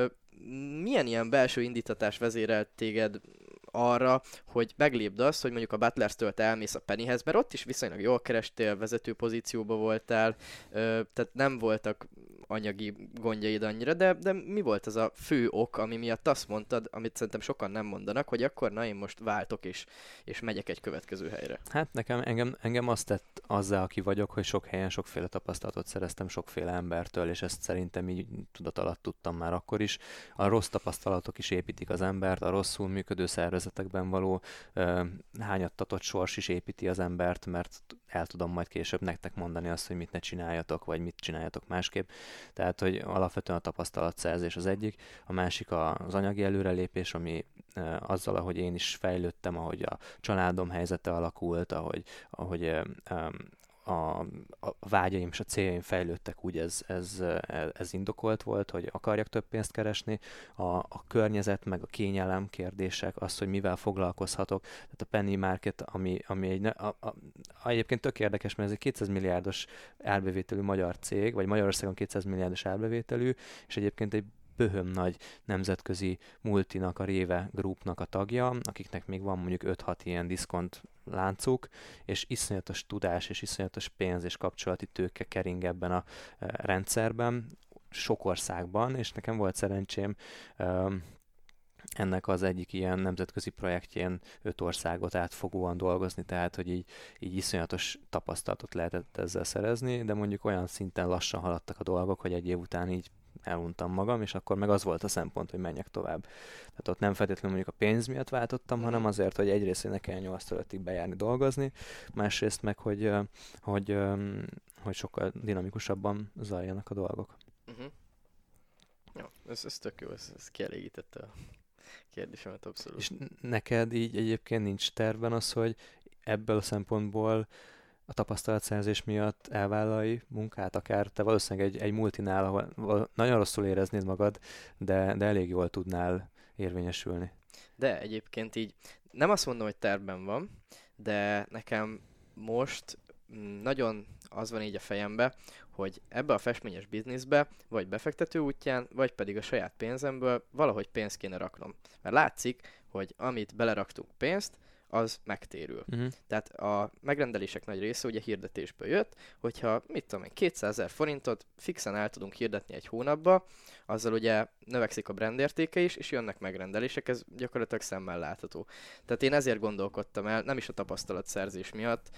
Milyen ilyen belső indítatás vezérelt téged arra, hogy meglépd azt, hogy mondjuk a Butlers-től te elmész a Pennyhez, mert ott is viszonylag jól kerestél, vezető pozícióba voltál, tehát nem voltak anyagi gondjaid annyira, de mi volt az a fő ok, ami miatt azt mondtad, amit szerintem sokan nem mondanak, hogy akkor na én most váltok és megyek egy következő helyre? Hát engem azt tett azzá, aki vagyok, hogy sok helyen sokféle tapasztalatot szereztem sokféle embertől, és ezt szerintem így tudat alatt tudtam már akkor is. A rossz tapasztalatok is építik az embert, a rosszul működő szervezetekben való hányattatott sors is építi az embert, mert el tudom majd később nektek mondani azt, hogy mit ne csináljatok, vagy mit csináljatok másképp. Tehát, hogy alapvetően a tapasztalatszerzés az egyik, a másik az anyagi előrelépés, ami azzal, ahogy én is fejlődtem, ahogy a családom helyzete alakult, ahogy a vágyaim és a céljaim fejlődtek, úgy ez indokolt volt, hogy akarjak több pénzt keresni, a környezet, meg a kényelem kérdések, az, hogy mivel foglalkozhatok, tehát a Penny Market, ami egyébként tök érdekes, mert ez egy 200 milliárdos árbevételű magyar cég, vagy Magyarországon 200 milliárdos árbevételű, és egyébként egy böhöm nagy nemzetközi multinak, a Réve Groupnak a tagja, akiknek még van mondjuk 5-6 ilyen diszkont láncuk, és iszonyatos tudás, és iszonyatos pénz és kapcsolati tőke kering ebben a rendszerben, sok országban, és nekem volt szerencsém ennek az egyik ilyen nemzetközi projektjén 5 országot átfogóan dolgozni, tehát hogy így iszonyatos tapasztalatot lehetett ezzel szerezni, de mondjuk olyan szinten lassan haladtak a dolgok, hogy egy év után így eluntam magam, és akkor meg az volt a szempont, hogy menjek tovább. Tehát ott nem feltétlenül mondjuk a pénz miatt váltottam, hanem azért, hogy egyrészt, hogy ne kelljen 8-5-ig bejárni dolgozni, másrészt meg, hogy sokkal dinamikusabban zajlanak a dolgok. Jó, ez tök jó, ez kielégítette a kérdésemet abszolút. És neked így egyébként nincs tervben az, hogy ebből a szempontból a tapasztalatszerzés miatt elvállalj munkát, akár te valószínűleg egy multinál, ahol nagyon rosszul éreznéd magad, de elég jól tudnál érvényesülni. De egyébként így nem azt mondom, hogy tervben van, de nekem most nagyon az van így a fejembe, hogy ebbe a festményes bizniszbe, vagy befektető útján, vagy pedig a saját pénzemből valahogy pénzt kéne raknom. Mert látszik, hogy amit beleraktunk pénzt, az megtérül. Tehát a megrendelések nagy része ugye hirdetésből jött, hogyha mit tudom én, 200 000 forintot fixen el tudunk hirdetni egy hónapba, azzal ugye növekszik a brandértéke is, és jönnek megrendelések, ez gyakorlatilag szemmel látható. Tehát én ezért gondolkodtam el, nem is a tapasztalatszerzés miatt,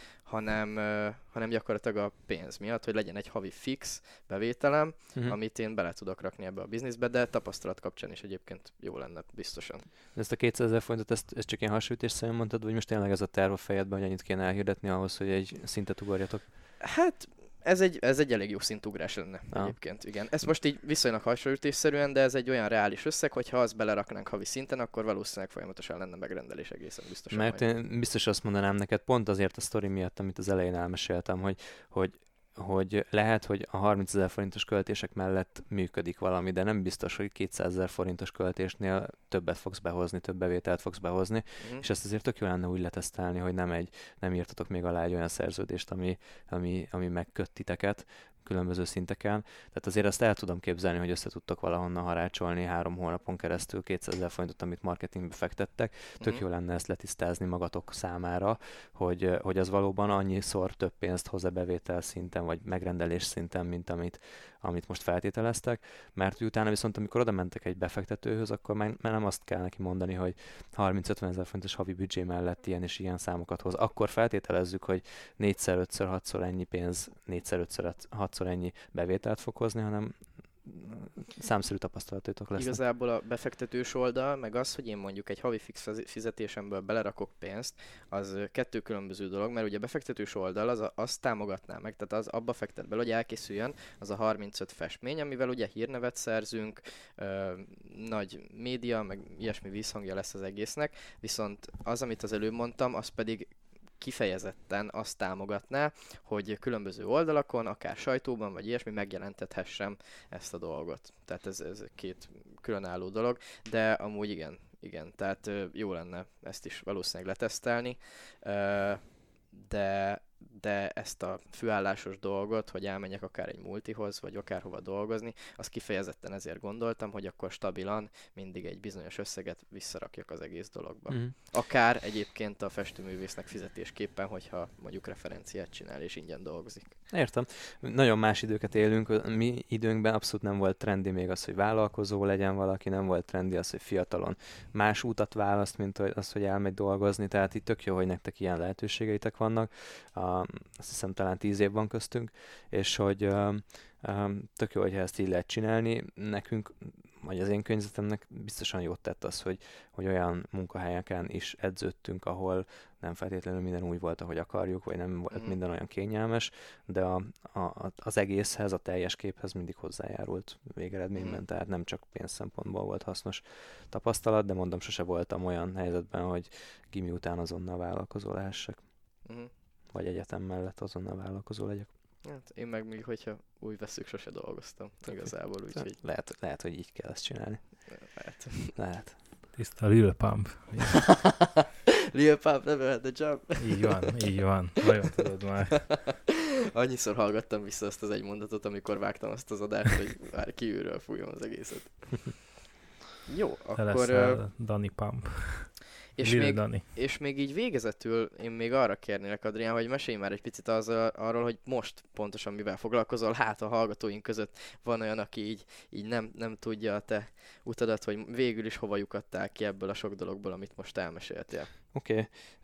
hanem gyakorlatilag a pénz miatt, hogy legyen egy havi fix bevételem, amit én bele tudok rakni ebbe a bizniszbe, de tapasztalat kapcsán is egyébként jó lenne, biztosan. De ezt a 200 000 forintot, ezt csak ilyen hasonlítésszerűen mondtad, vagy most tényleg ez a terv a fejedben, hogy annyit kéne elhirdetni ahhoz, hogy egy szintet ugorjatok? Hát ez egy elég jó szintugrás lenne egyébként, igen. Ez most így viszonylag hasonlítésszerűen, de ez egy olyan reális összeg, hogy ha azt beleraknánk havi szinten, akkor valószínűleg folyamatosan lenne megrendelés egészen biztosan. Mert én biztos azt mondanám neked, pont azért a sztori miatt, amit az elején elmeséltem, hogy lehet, hogy a 30 000 forintos költések mellett működik valami, de nem biztos, hogy 200 000 forintos költésnél többet fogsz behozni, több bevételt fogsz behozni, és ezt azért tök jó lenne úgy letesztelni, hogy nem írtatok még alá egy olyan szerződést, ami megköt titeket különböző szinteken. Tehát azért azt el tudom képzelni, hogy össze tudtok valahonnan harácsolni 3 hónapon keresztül 200 000 forintot, amit marketingbe fektettek. Tök jó lenne ezt letisztázni magatok számára, hogy az valóban annyiszor több pénzt hoz a bevétel szinten, vagy megrendelés szinten, mint amit most feltételeztek, mert utána viszont, amikor oda mentek egy befektetőhöz, akkor már nem azt kell neki mondani, hogy 30-50 000 forintos havi büdzsé mellett ilyen és ilyen számokat hoz. Akkor feltételezzük, hogy 4-szer, 5-ször, 6-szor ennyi pénz, 4-szer, 5-ször, 6-szor ennyi bevételt fog hozni, hanem számszerű tapasztalatok lesznek. Igazából a befektetős oldal, meg az, hogy én mondjuk egy havi fix fizetésemből belerakok pénzt, az 2 különböző dolog, mert ugye a befektetős oldal az támogatná meg, tehát az abba fektet bele, hogy elkészüljön az a 35 festmény, amivel ugye hírnevet szerzünk, nagy média, meg ilyesmi vízhangja lesz az egésznek, viszont az, amit az előbb mondtam, az pedig kifejezetten azt támogatná, hogy különböző oldalakon, akár sajtóban, vagy ilyesmi megjelentethessem ezt a dolgot. Tehát ez 2 különálló dolog, de amúgy igen, tehát jó lenne ezt is valószínűleg letesztelni, de ezt a főállásos dolgot, hogy elmenjek akár egy multihoz, vagy akárhova dolgozni, azt kifejezetten ezért gondoltam, hogy akkor stabilan mindig egy bizonyos összeget visszarakjak az egész dologba. Akár egyébként a festőművésznek fizetésképpen, hogyha mondjuk referenciát csinál és ingyen dolgozik. Értem. Nagyon más időket élünk. Mi időnkben abszolút nem volt trendi még az, hogy vállalkozó legyen valaki, nem volt trendi az, hogy fiatalon más útat választ, mint az, hogy elmegy dolgozni. Tehát itt tök jó, hogy nektek ilyen lehetőségeitek vannak. Azt hiszem talán 10 év van köztünk, és hogy tök jó, hogyha ezt így lehet csinálni. Nekünk, vagy az én környezetemnek biztosan jót tett az, hogy olyan munkahelyeken is edződtünk, ahol nem feltétlenül minden úgy volt, ahogy akarjuk, vagy nem volt minden olyan kényelmes, de az egészhez, a teljes képhez mindig hozzájárult végeredményben, tehát nem csak pénz szempontból volt hasznos tapasztalat, de mondom, sose voltam olyan helyzetben, hogy gimi után azonnal vállalkozó lehessek, vagy egyetem mellett azonnal vállalkozó legyek. Hát én meg még, hogyha úgy veszük, sose dolgoztam igazából, úgyhogy... Lehet, hogy így kell ezt csinálni. Lehet. Tiszta Lil Pump. Lil Pump, never had a job. Így van. Nagyon tudod már. Annyiszor hallgattam vissza azt az egy mondatot, amikor vágtam azt az adást, hogy már kívülről fújom az egészet. Jó, te akkor... leszel Dani Pump. És még így végezetül én még arra kérnélek, Adrián, hogy mesélj már egy picit arról, hogy most pontosan mivel foglalkozol. Hát a hallgatóink között van olyan, aki így nem tudja a te utadat, hogy végül is hova lyukadtál ki ebből a sok dologból, amit most elmeséltél. Oké.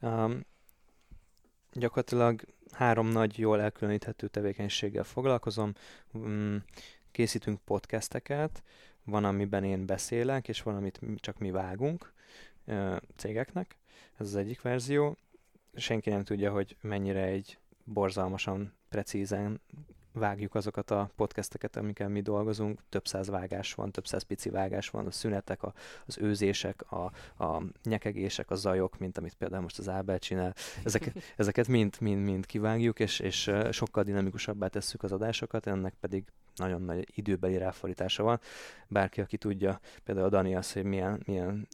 Gyakorlatilag 3 nagy, jól elkülöníthető tevékenységgel foglalkozom. Készítünk podcasteket, van, amiben én beszélek, és van, amit csak mi vágunk cégeknek. Ez az egyik verzió. Senki nem tudja, hogy mennyire egy borzalmasan precízen vágjuk azokat a podcasteket, amikkel mi dolgozunk. Több száz vágás van, több száz pici vágás van, a szünetek, az őzések, a nyekegések, a zajok, mint amit például most az Ábel csinál. Ezeket mind kivágjuk, és sokkal dinamikusabbá tesszük az adásokat, ennek pedig nagyon nagy időbeli ráfordítása van. Bárki, aki tudja, például a Dani az, hogy milyen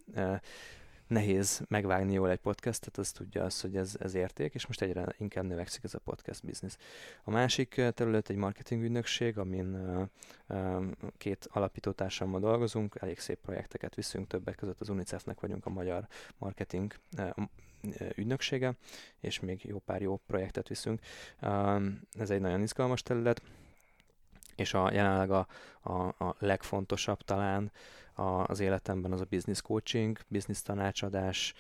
nehéz megvágni jól egy podcastet, az tudja azt, hogy ez érték, és most egyre inkább növekszik ez a podcast business. A másik terület egy marketing ügynökség, amin 2 alapítótársammal dolgozunk, elég szép projekteket viszünk, többek között az UNICEF-nek vagyunk a magyar marketing ügynöksége, és még jó projektet viszünk. Ez egy nagyon izgalmas terület, és jelenleg a legfontosabb talán az életemben az a business coaching, business tanácsadás,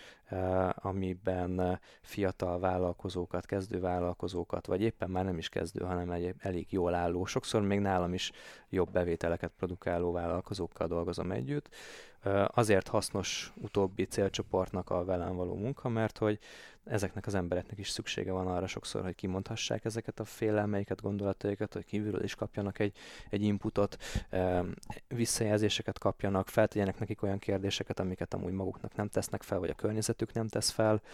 amiben fiatal vállalkozókat, kezdő vállalkozókat, vagy éppen már nem is kezdő, hanem elég jól álló, sokszor még nálam is jobb bevételeket produkáló vállalkozókkal dolgozom együtt. Azért hasznos utóbbi célcsoportnak a velem való munka, mert hogy ezeknek az embereknek is szüksége van arra sokszor, hogy kimondhassák ezeket a félelmeiket, gondolataikat, hogy kívülről is kapjanak egy inputot, visszajelzéseket kapjanak, feltegyenek nekik olyan kérdéseket, amiket amúgy maguknak nem tesznek fel, vagy a környezetük nem tesz fel.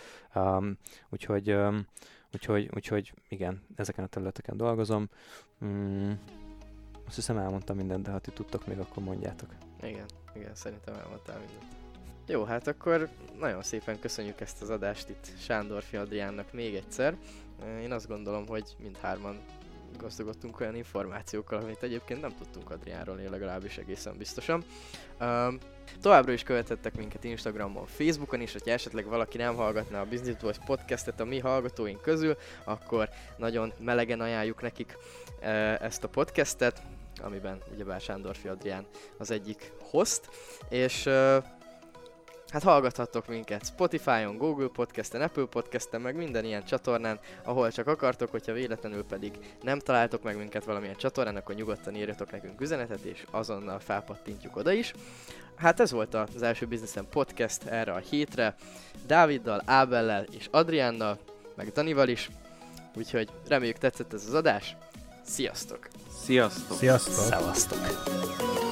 Úgyhogy igen, ezeken a területeken dolgozom. Azt hiszem elmondtam mindent, de ha ti tudtok még, akkor mondjátok. Igen, szerintem elmondtál mindent. Jó, hát akkor nagyon szépen köszönjük ezt az adást itt Sándorfi Adriánnak még egyszer. Én azt gondolom, hogy mindhárman gazdagodtunk olyan információkkal, amit egyébként nem tudtunk Adriánról, én legalábbis egészen biztosan. Továbbra is követhettek minket Instagramon, Facebookon is, hogyha esetleg valaki nem hallgatná a Business Boys podcastet a mi hallgatóink közül, akkor nagyon melegen ajánljuk nekik ezt a podcastet, amiben ugyebár Sándorfi Adrián az egyik host, és hát hallgathattok minket Spotify-on, Google Podcast-en, Apple Podcast-en, meg minden ilyen csatornán, ahol csak akartok, hogyha véletlenül pedig nem találtok meg minket valamilyen csatornán, akkor nyugodtan írjatok nekünk üzenetet, és azonnal felpattintjuk oda is. Hát ez volt az első Businessen Podcast erre a hétre, Dáviddal, Ábellel és Adriánnal, meg Danival is, úgyhogy reméljük tetszett ez az adás. Sziasztok! Sziasztok! Sziasztok! Szevasztok!